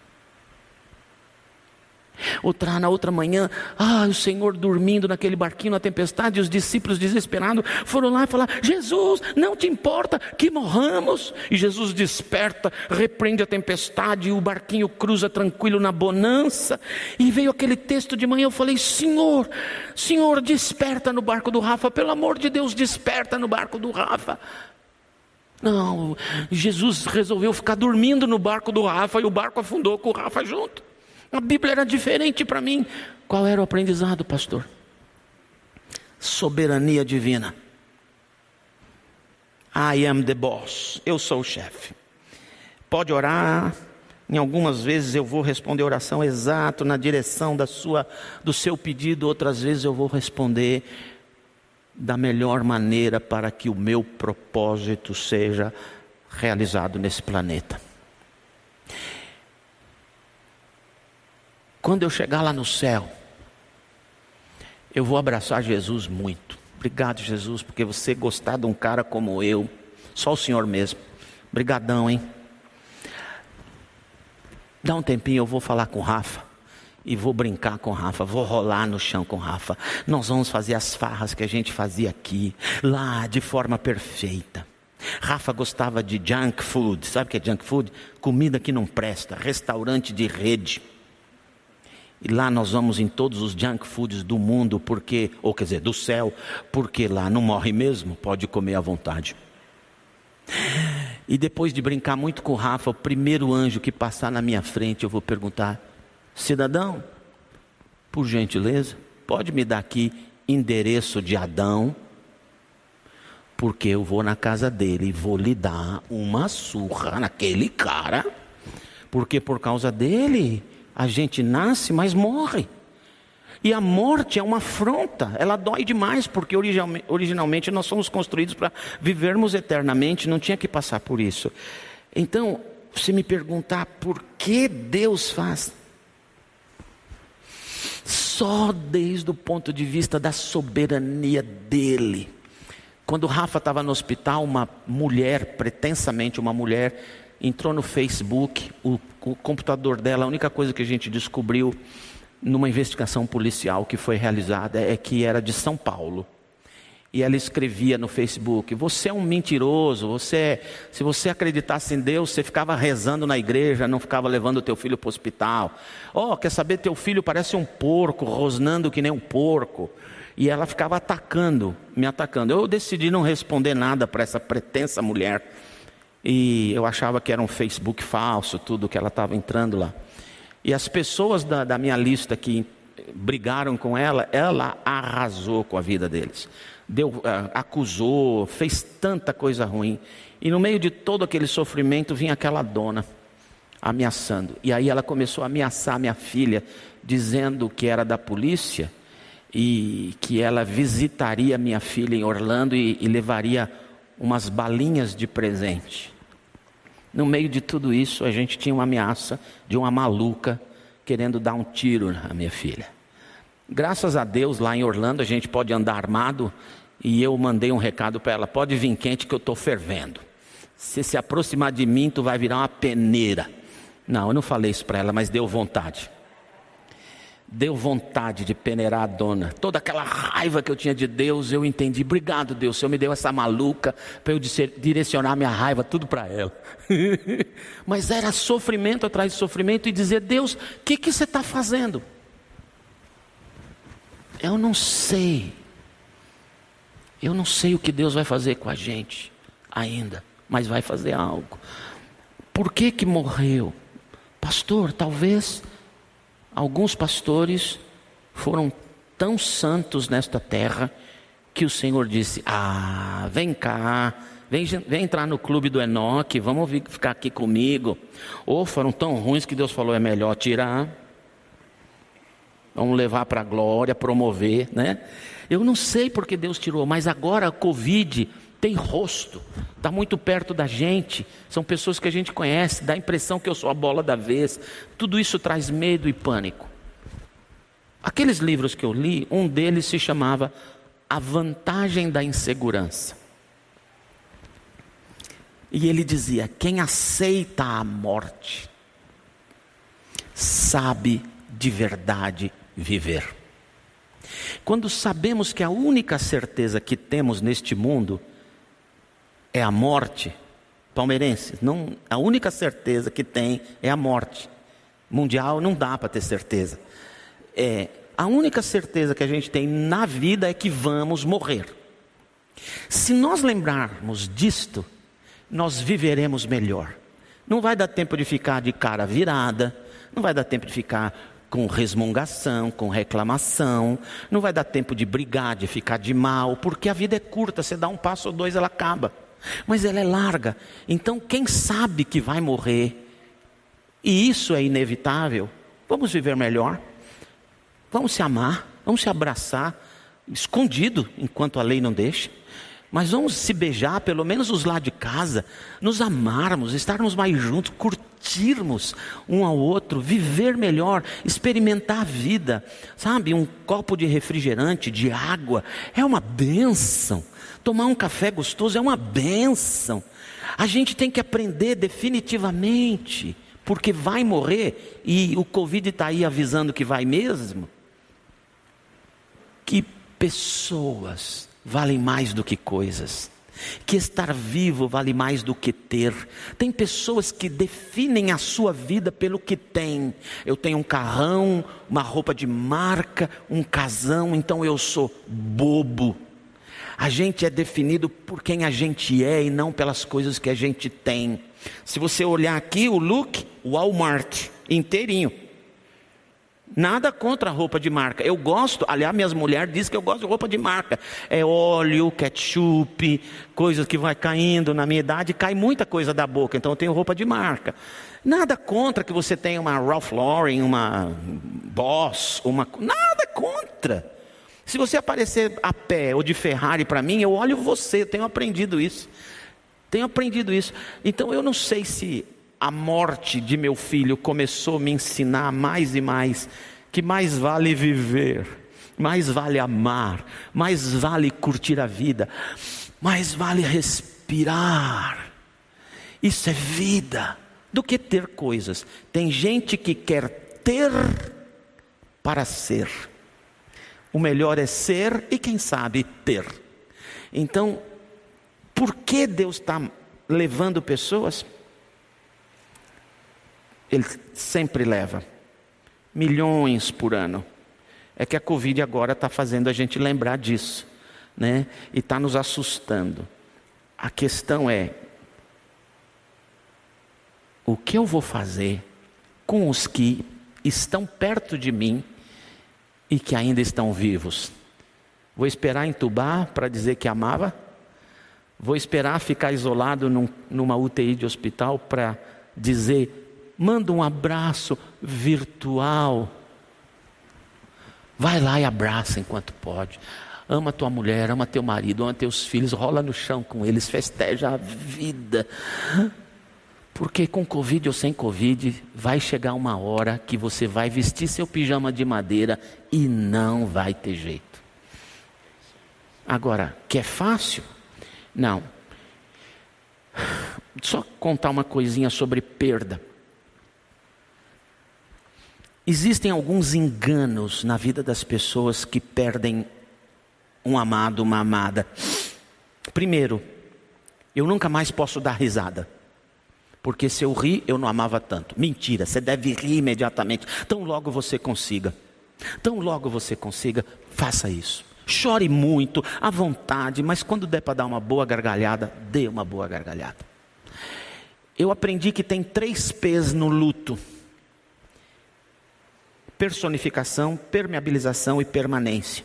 Outra, na outra manhã, ah, o Senhor dormindo naquele barquinho na tempestade, e os discípulos desesperados foram lá e falaram: Jesus, não te importa que morramos? E Jesus desperta, repreende a tempestade, e o barquinho cruza tranquilo na bonança. E veio aquele texto de manhã, eu falei: Senhor, Senhor, desperta no barco do Rafa, pelo amor de Deus, desperta no barco do Rafa. Não, Jesus resolveu ficar dormindo no barco do Rafa, e o barco afundou com o Rafa junto. A Bíblia era diferente para mim. Qual era o aprendizado, pastor? Soberania divina. I am the boss. Eu sou o chefe. Pode orar. Em algumas vezes eu vou responder a oração exato na direção da sua, do seu pedido. Outras vezes eu vou responder da melhor maneira para que o meu propósito seja realizado nesse planeta. Quando eu chegar lá no céu, eu vou abraçar Jesus muito. Obrigado, Jesus, porque você gostar de um cara como eu, só o Senhor mesmo. Obrigadão, hein? Dá um tempinho, eu vou falar com o Rafa e vou brincar com o Rafa, vou rolar no chão com o Rafa. Nós vamos fazer as farras que a gente fazia aqui, lá de forma perfeita. Rafa gostava de junk food. Sabe o que é junk food? Comida que não presta, restaurante de rede. E lá nós vamos em todos os junk foods do mundo, porque, ou quer dizer, do céu, porque lá não morre mesmo, pode comer à vontade. E depois de brincar muito com o Rafa, o primeiro anjo que passar na minha frente, eu vou perguntar: cidadão, por gentileza, pode me dar aqui endereço de Adão? Porque eu vou na casa dele e vou lhe dar uma surra naquele cara, porque por causa dele a gente nasce, mas morre. E a morte é uma afronta, ela dói demais, porque originalmente nós somos construídos para vivermos eternamente, não tinha que passar por isso. Então, você me perguntar por que Deus faz, só desde o ponto de vista da soberania dele. Quando o Rafa estava no hospital, uma mulher, pretensamente uma mulher, entrou no Facebook, o, o computador dela, a única coisa que a gente descobriu numa investigação policial que foi realizada é que era de São Paulo. E ela escrevia no Facebook: você é um mentiroso, você, se você acreditasse em Deus, você ficava rezando na igreja, não ficava levando o teu filho para o hospital. Oh, quer saber, teu filho parece um porco, rosnando que nem um porco. E ela ficava atacando, me atacando. Eu decidi não responder nada para essa pretensa mulher. E eu achava que era um Facebook falso, tudo que ela estava entrando lá. E as pessoas da, da minha lista que brigaram com ela, ela arrasou com a vida deles. Deu, uh, acusou, fez tanta coisa ruim. E no meio de todo aquele sofrimento vinha aquela dona ameaçando. E aí ela começou a ameaçar minha filha, dizendo que era da polícia e que ela visitaria minha filha em Orlando e, e levaria umas balinhas de presente. No meio de tudo isso, a gente tinha uma ameaça de uma maluca querendo dar um tiro na minha filha. Graças a Deus, lá em Orlando, a gente pode andar armado, e eu mandei um recado para ela: pode vir quente que eu estou fervendo. Se se aproximar de mim, tu vai virar uma peneira. Não, eu não falei isso para ela, mas deu vontade. Deu vontade de peneirar a dona. Toda aquela raiva que eu tinha de Deus, eu entendi. Obrigado, Deus, o Senhor me deu essa maluca para eu direcionar minha raiva tudo para ela. Mas era sofrimento atrás de sofrimento, e dizer: Deus, o que, que você está fazendo? Eu não sei. Eu não sei o que Deus vai fazer com a gente ainda, mas vai fazer algo. Por que que morreu? Pastor, talvez alguns pastores foram tão santos nesta terra que o Senhor disse: ah, vem cá, vem, vem entrar no clube do Enoque, vamos vir, ficar aqui comigo. Ou foram tão ruins que Deus falou: é melhor tirar, vamos levar para a glória, promover, né? Eu não sei porque Deus tirou, mas agora a Covid tem rosto, está muito perto da gente, são pessoas que a gente conhece, dá a impressão que eu sou a bola da vez. Tudo isso traz medo e pânico. Aqueles livros que eu li, um deles se chamava A Vantagem da Insegurança. E ele dizia: quem aceita a morte sabe de verdade viver. Quando sabemos que a única certeza que temos neste mundo é a morte, palmeirenses, não, a única certeza que tem é a morte. Mundial não dá para ter certeza. É, a única certeza que a gente tem na vida é que vamos morrer. Se nós lembrarmos disto, nós viveremos melhor. Não vai dar tempo de ficar de cara virada, não vai dar tempo de ficar com resmungação, com reclamação, não vai dar tempo de brigar, de ficar de mal, porque a vida é curta, você dá um passo ou dois, ela acaba. Mas ela é larga, então quem sabe que vai morrer, e isso é inevitável, vamos viver melhor, vamos se amar, vamos se abraçar, escondido, enquanto a lei não deixa, mas vamos se beijar, pelo menos os lá de casa, nos amarmos, estarmos mais juntos, curtirmos um ao outro, viver melhor, experimentar a vida, sabe? Um copo de refrigerante, de água, é uma bênção. Tomar um café gostoso é uma bênção. A gente tem que aprender definitivamente, porque vai morrer, e o Covid está aí avisando que vai mesmo, que pessoas valem mais do que coisas, que estar vivo vale mais do que ter. Tem pessoas que definem a sua vida pelo que tem. Eu tenho um carrão, uma roupa de marca, um casão, então eu sou bobo. A gente é definido por quem a gente é e não pelas coisas que a gente tem. Se você olhar aqui o look, Walmart inteirinho. Nada contra a roupa de marca. Eu gosto, aliás, minhas mulheres dizem que eu gosto de roupa de marca. É óleo, ketchup, coisas que vai caindo. Na minha idade cai muita coisa da boca, então eu tenho roupa de marca. Nada contra que você tenha uma Ralph Lauren, uma Boss, uma... nada contra. Se você aparecer a pé ou de Ferrari para mim, eu olho você, eu tenho aprendido isso. Tenho aprendido isso. Então eu não sei se a morte de meu filho começou a me ensinar mais e mais que mais vale viver, mais vale amar, mais vale curtir a vida, mais vale respirar. Isso é vida, do que ter coisas. Tem gente que quer ter para ser. O melhor é ser e quem sabe ter. Então, por que Deus está levando pessoas? Ele sempre leva milhões por ano. É que a Covid agora está fazendo a gente lembrar disso, né? E está nos assustando. A questão é: o que eu vou fazer com os que estão perto de mim e que ainda estão vivos? Vou esperar entubar para dizer que amava? Vou esperar ficar isolado num, numa U T I de hospital para dizer: manda um abraço virtual? Vai lá e abraça enquanto pode. Ama tua mulher, ama teu marido, ama teus filhos, rola no chão com eles, festeja a vida. Porque com Covid ou sem Covid, vai chegar uma hora que você vai vestir seu pijama de madeira e não vai ter jeito. Agora, que é fácil? Não. Só contar uma coisinha sobre perda. Existem alguns enganos na vida das pessoas que perdem um amado, uma amada. Primeiro, eu nunca mais posso dar risada, porque se eu rir, eu não amava tanto. Mentira, você deve rir imediatamente. Tão logo você consiga, tão logo você consiga, faça isso. Chore muito, à vontade, mas quando der para dar uma boa gargalhada, dê uma boa gargalhada. Eu aprendi que tem três P's no luto: personificação, permeabilização e permanência.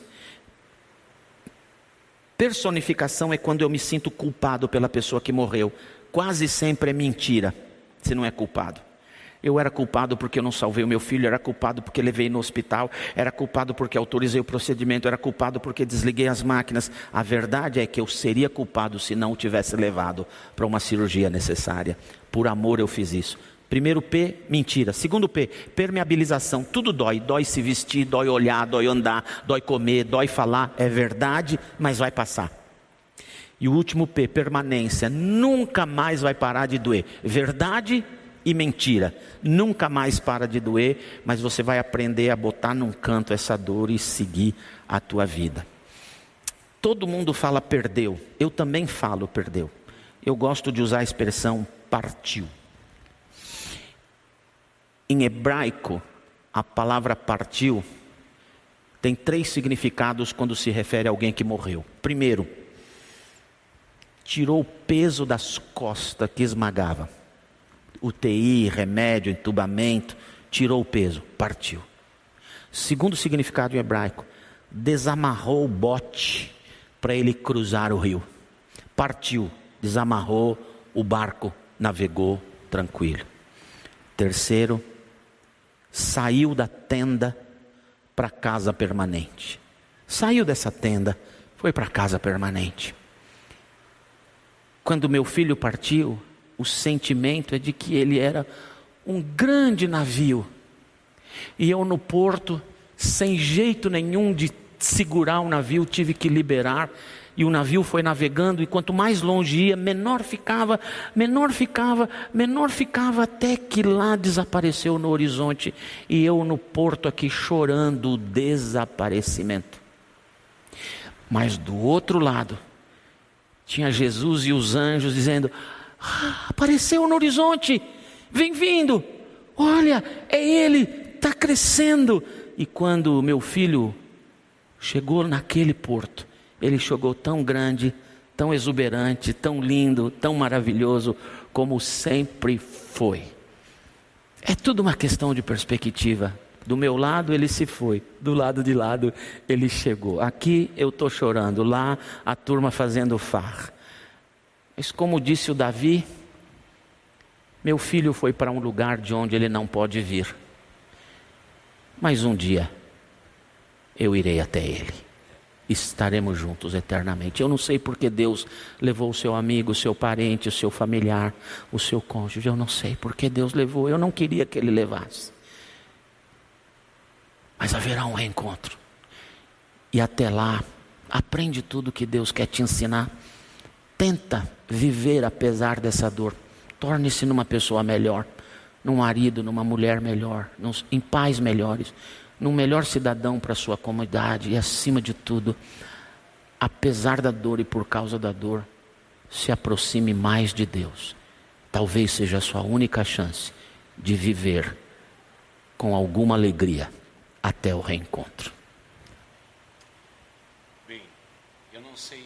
Personificação é quando eu me sinto culpado pela pessoa que morreu. Quase sempre é mentira, se não é culpado. Eu era culpado porque eu não salvei o meu filho, era culpado porque levei no hospital, era culpado porque autorizei o procedimento, era culpado porque desliguei as máquinas. A verdade é que eu seria culpado se não o tivesse levado para uma cirurgia necessária. Por amor eu fiz isso. Primeiro P, mentira. Segundo P, permeabilização. Tudo dói. Dói se vestir, dói olhar, dói andar, dói comer, dói falar. É verdade, mas vai passar. E o último P, permanência. Nunca mais vai parar de doer. Verdade e mentira. Nunca mais para de doer, mas você vai aprender a botar num canto essa dor e seguir a tua vida. Todo mundo fala perdeu. Eu também falo perdeu. Eu gosto de usar a expressão partiu. Em hebraico, a palavra partiu tem três significados quando se refere a alguém que morreu. Primeiro, tirou o peso das costas que esmagava. U T I, remédio, entubamento, tirou o peso, partiu. Segundo significado em hebraico, desamarrou o bote para ele cruzar o rio. Partiu, desamarrou o barco, navegou tranquilo. Terceiro, saiu da tenda para casa permanente. Saiu dessa tenda, foi para casa permanente. Quando meu filho partiu, o sentimento é de que ele era um grande navio. E eu no porto, sem jeito nenhum de segurar o navio, tive que liberar. E o navio foi navegando, e quanto mais longe ia, menor ficava, menor ficava, menor ficava, até que lá desapareceu no horizonte. E eu no porto aqui chorando o desaparecimento. Mas do outro lado, tinha Jesus e os anjos dizendo: ah, apareceu no horizonte, vem vindo, olha, é ele, está crescendo. E quando o meu filho chegou naquele porto, ele chegou tão grande, tão exuberante, tão lindo, tão maravilhoso, como sempre foi. É tudo uma questão de perspectiva. Do meu lado ele se foi, do lado de lado ele chegou. Aqui eu estou chorando, lá a turma fazendo farra. Mas como disse o Davi, meu filho foi para um lugar de onde ele não pode vir. Mas um dia eu irei até ele. estaremos juntos eternamente. Eu não sei porque Deus levou o seu amigo, o seu parente, o seu familiar, o seu cônjuge. Eu não sei porque Deus levou. Eu não queria que Ele levasse. Mas haverá um reencontro. E até lá, aprende tudo que Deus quer te ensinar. Tenta viver apesar dessa dor. Torne-se numa pessoa melhor, num marido, numa mulher melhor, nos, em pais melhores, num melhor cidadão para a sua comunidade. E acima de tudo, apesar da dor e por causa da dor, se aproxime mais de Deus. Talvez seja a sua única chance de viver com alguma alegria até o reencontro. Bem, eu não sei.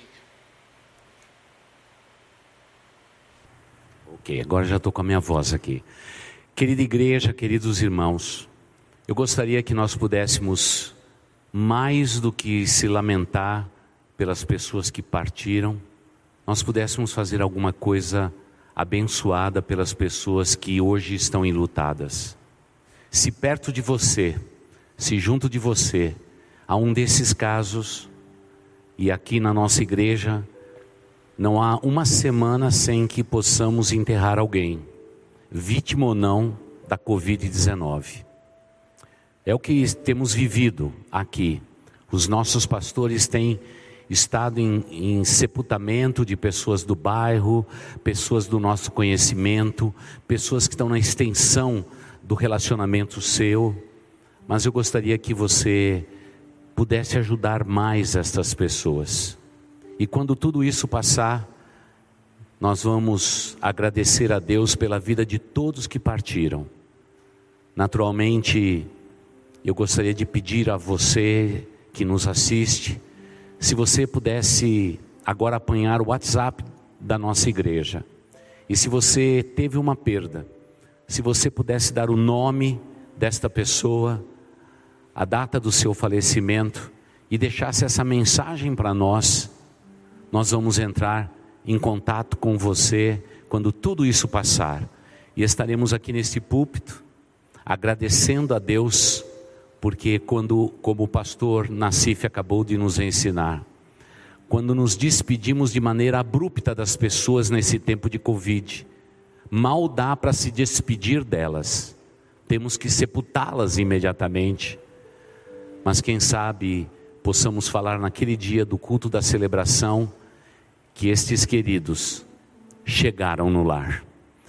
Ok, agora já estou com a minha voz aqui. Querida igreja, queridos irmãos, eu gostaria que nós pudéssemos, mais do que se lamentar pelas pessoas que partiram, nós pudéssemos fazer alguma coisa abençoada pelas pessoas que hoje estão enlutadas. Se perto de você, se junto de você, há um desses casos, e aqui na nossa igreja, não há uma semana sem que possamos enterrar alguém, vítima ou não da covid dezenove. É o que temos vivido aqui. Os nossos pastores têm estado em, em sepultamento de pessoas do bairro, pessoas do nosso conhecimento, pessoas que estão na extensão do relacionamento seu. Mas eu gostaria que você pudesse ajudar mais estas pessoas. E quando tudo isso passar, nós vamos agradecer a Deus pela vida de todos que partiram. Naturalmente, eu gostaria de pedir a você que nos assiste, se você pudesse agora apanhar o WhatsApp da nossa igreja. E se você teve uma perda, se você pudesse dar o nome desta pessoa, a data do seu falecimento, e deixasse essa mensagem para nós, nós vamos entrar em contato com você quando tudo isso passar. E estaremos aqui neste púlpito, agradecendo a Deus, porque quando, como o pastor Nassif acabou de nos ensinar, quando nos despedimos de maneira abrupta das pessoas nesse tempo de Covid, mal dá para se despedir delas, temos que sepultá-las imediatamente. Mas quem sabe possamos falar naquele dia do culto da celebração, que estes queridos chegaram no lar.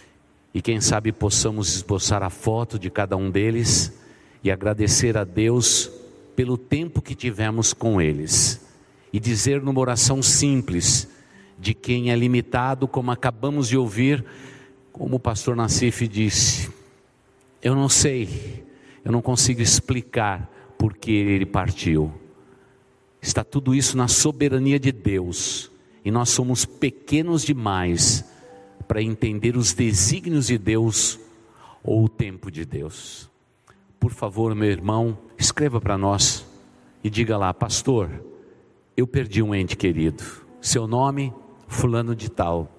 E quem sabe possamos esboçar a foto de cada um deles e agradecer a Deus pelo tempo que tivemos com eles. E dizer numa oração simples, de quem é limitado, como acabamos de ouvir, como o pastor Nassif disse, eu não sei, eu não consigo explicar por que ele partiu. Está tudo isso na soberania de Deus, e nós somos pequenos demais para entender os desígnios de Deus ou o tempo de Deus. Por favor, meu irmão, escreva para nós e diga lá, pastor, eu perdi um ente querido, seu nome, fulano de tal,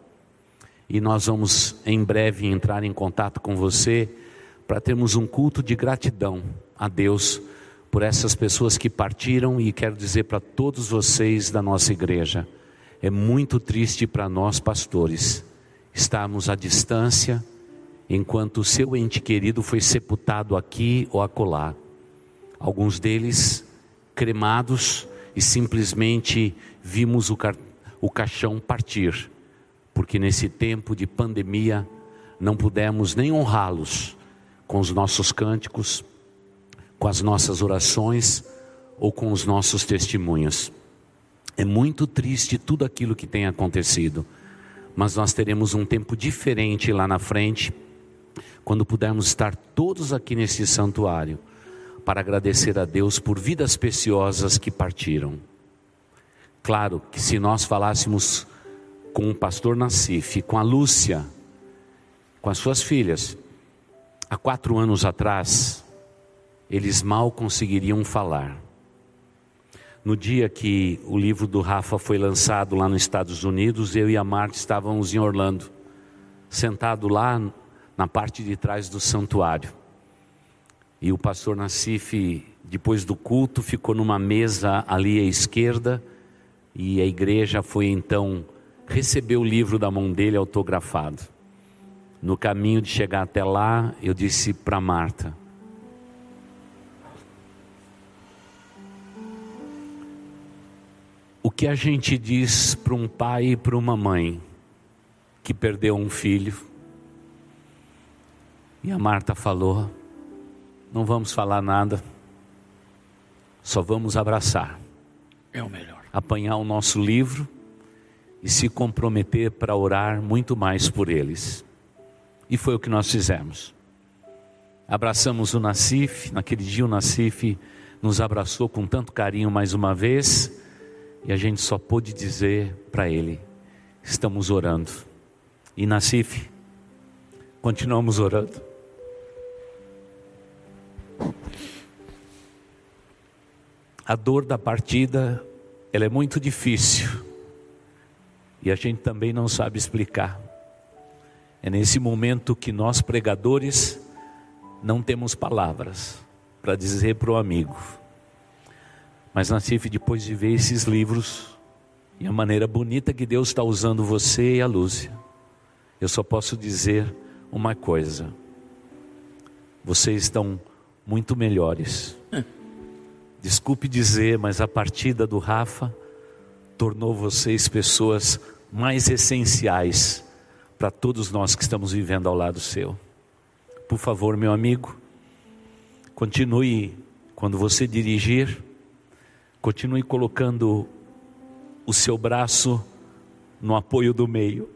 e nós vamos em breve entrar em contato com você para termos um culto de gratidão a Deus por essas pessoas que partiram. E quero dizer para todos vocês da nossa igreja, é muito triste para nós pastores estarmos à distância enquanto o seu ente querido foi sepultado aqui ou acolá. Alguns deles cremados e simplesmente vimos o, ca... o caixão partir, porque nesse tempo de pandemia não pudemos nem honrá-los com os nossos cânticos, com as nossas orações ou com os nossos testemunhos. É muito triste tudo aquilo que tem acontecido, mas nós teremos um tempo diferente lá na frente, quando pudermos estar todos aqui nesse santuário, para agradecer a Deus por vidas preciosas que partiram. Claro que se nós falássemos com o pastor Nassif, com a Lúcia, com as suas filhas, há quatro anos atrás, eles mal conseguiriam falar. No dia que o livro do Rafa foi lançado lá nos Estados Unidos, eu e a Marta estávamos em Orlando, sentado lá na parte de trás do santuário. E o pastor Nassif depois do culto, ficou numa mesa ali à esquerda, e a igreja foi então receber o livro da mão dele autografado. No caminho de chegar até lá, eu disse para Marta: o que a gente diz para um pai e para uma mãe que perdeu um filho? E a Marta falou: não vamos falar nada, só vamos abraçar. É o melhor. Apanhar o nosso livro e se comprometer para orar muito mais por eles. E foi o que nós fizemos. Abraçamos o Nassif. Naquele dia o Nassif nos abraçou com tanto carinho mais uma vez, e a gente só pôde dizer para ele: estamos orando. E Nassif, continuamos orando. A dor da partida, ela é muito difícil, e a gente também não sabe explicar. É nesse momento que nós, pregadores, não temos palavras para dizer para o amigo. Mas Nassif, depois de ver esses livros e a maneira bonita que Deus está usando você e a Lúcia, eu só posso dizer uma coisa: vocês estão muito melhores. Desculpe dizer, mas a partida do Rafa tornou vocês pessoas mais essenciais para todos nós que estamos vivendo ao lado seu. Por favor, meu amigo, continue, quando você dirigir, continue colocando o seu braço no apoio do meio.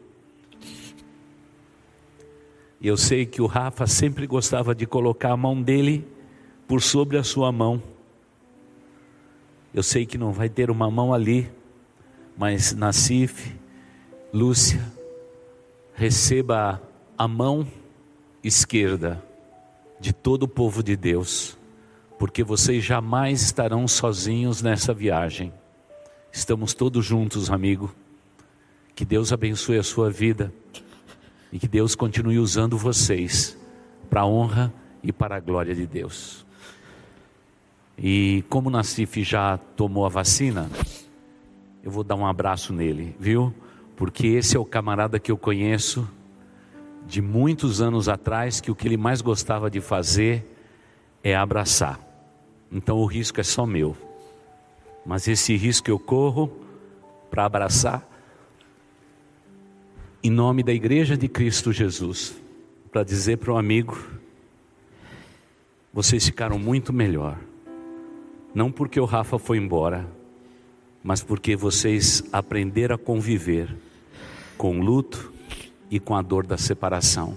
E eu sei que o Rafa sempre gostava de colocar a mão dele por sobre a sua mão. Eu sei que não vai ter uma mão ali, mas Nassif, Lúcia, receba a mão esquerda de todo o povo de Deus, porque vocês jamais estarão sozinhos nessa viagem. Estamos todos juntos, amigo. Que Deus abençoe a sua vida e que Deus continue usando vocês para a honra e para a glória de Deus. E como o Nassif já tomou a vacina, eu vou dar um abraço nele, viu? Porque esse é o camarada que eu conheço de muitos anos atrás, que o que ele mais gostava de fazer é abraçar. Então o risco é só meu, mas esse risco eu corro para abraçar em nome da Igreja de Cristo Jesus, para dizer para um amigo: vocês ficaram muito melhor. Não porque o Rafa foi embora, mas porque vocês aprenderam a conviver com o luto e com a dor da separação.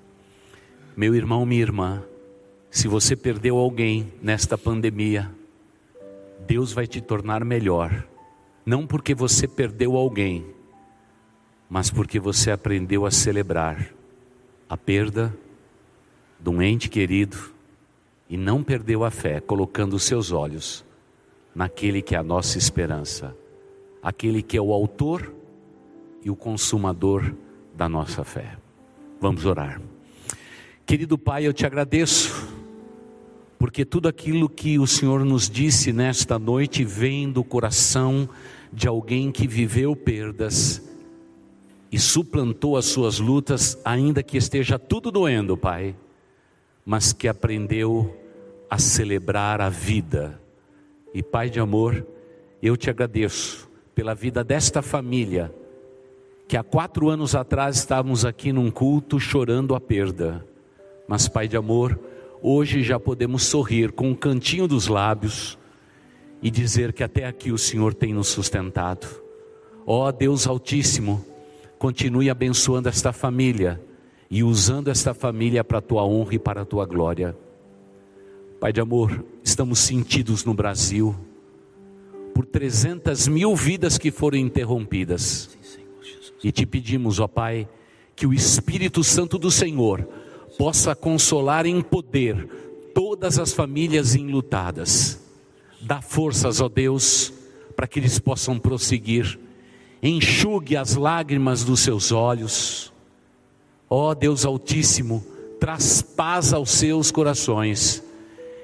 Meu irmão, minha irmã, se você perdeu alguém nesta pandemia, Deus vai te tornar melhor. Não porque você perdeu alguém, mas porque você aprendeu a celebrar a perda de um ente querido e não perdeu a fé, colocando os seus olhos naquele que é a nossa esperança, aquele que é o autor e o consumador da nossa fé. Vamos orar. Querido Pai, eu te agradeço, porque tudo aquilo que o Senhor nos disse nesta noite vem do coração de alguém que viveu perdas e suplantou as suas lutas, ainda que esteja tudo doendo, Pai, mas que aprendeu a celebrar a vida. E Pai de amor, eu te agradeço pela vida desta família, que há quatro anos atrás estávamos aqui num culto chorando a perda, mas Pai de amor, hoje já podemos sorrir com um cantinho dos lábios e dizer que até aqui o Senhor tem nos sustentado. Ó Deus Altíssimo, continue abençoando esta família e usando esta família para a tua honra e para a tua glória. Pai de amor, estamos sentidos no Brasil por trezentas mil vidas que foram interrompidas. E te pedimos, ó Pai, que o Espírito Santo do Senhor possa consolar em poder todas as famílias enlutadas. Dá forças, ó Deus, para que eles possam prosseguir. Enxugue as lágrimas dos seus olhos. Ó Deus Altíssimo, traz paz aos seus corações.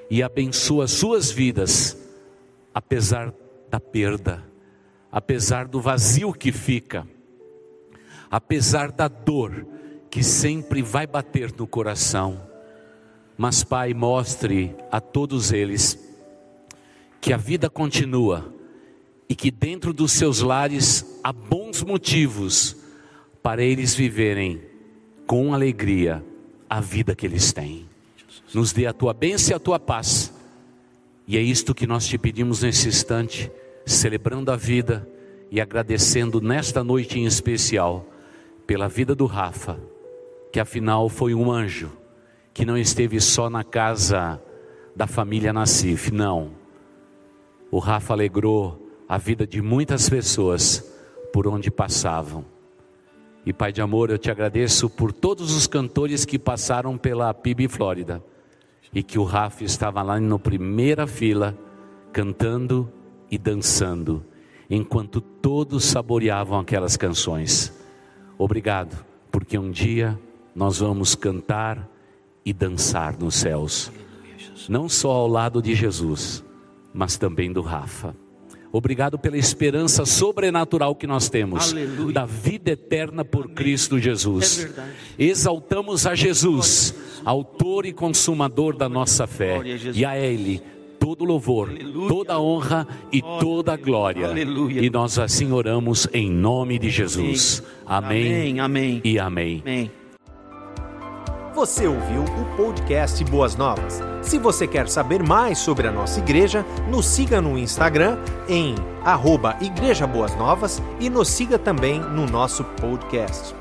e abençoa suas vidas, apesar da perda, apesar do vazio que fica, apesar da dor que sempre vai bater no coração. Mas, Pai, mostre a todos eles que a vida continua e que dentro dos seus lares há bons motivos para eles viverem com alegria a vida que eles têm. Nos dê a tua bênção e a tua paz. E é isto que nós te pedimos nesse instante, celebrando a vida e agradecendo nesta noite em especial pela vida do Rafa, que afinal foi um anjo, que não esteve só na casa da família Nassif, não. O Rafa alegrou a vida de muitas pessoas por onde passavam. E Pai de amor, eu te agradeço por todos os cantores que passaram pela P I B Flórida, e que o Rafa estava lá na primeira fila, cantando e dançando, enquanto todos saboreavam aquelas canções. Obrigado, porque um dia nós vamos cantar e dançar nos céus, não só ao lado de Jesus, mas também do Rafa. Obrigado pela esperança sobrenatural que nós temos, aleluia, da vida eterna por amém, Cristo Jesus. É verdade. Exaltamos a Jesus, autor e consumador da nossa fé, a e a Ele todo louvor, aleluia, toda honra e toda glória. Aleluia. E nós assim oramos em nome de Jesus. Amém, amém, amém e amém. Amém. Você ouviu o podcast Boas Novas. Se você quer saber mais sobre a nossa igreja, nos siga no Instagram em arroba Igreja Boas Novas e nos siga também no nosso podcast.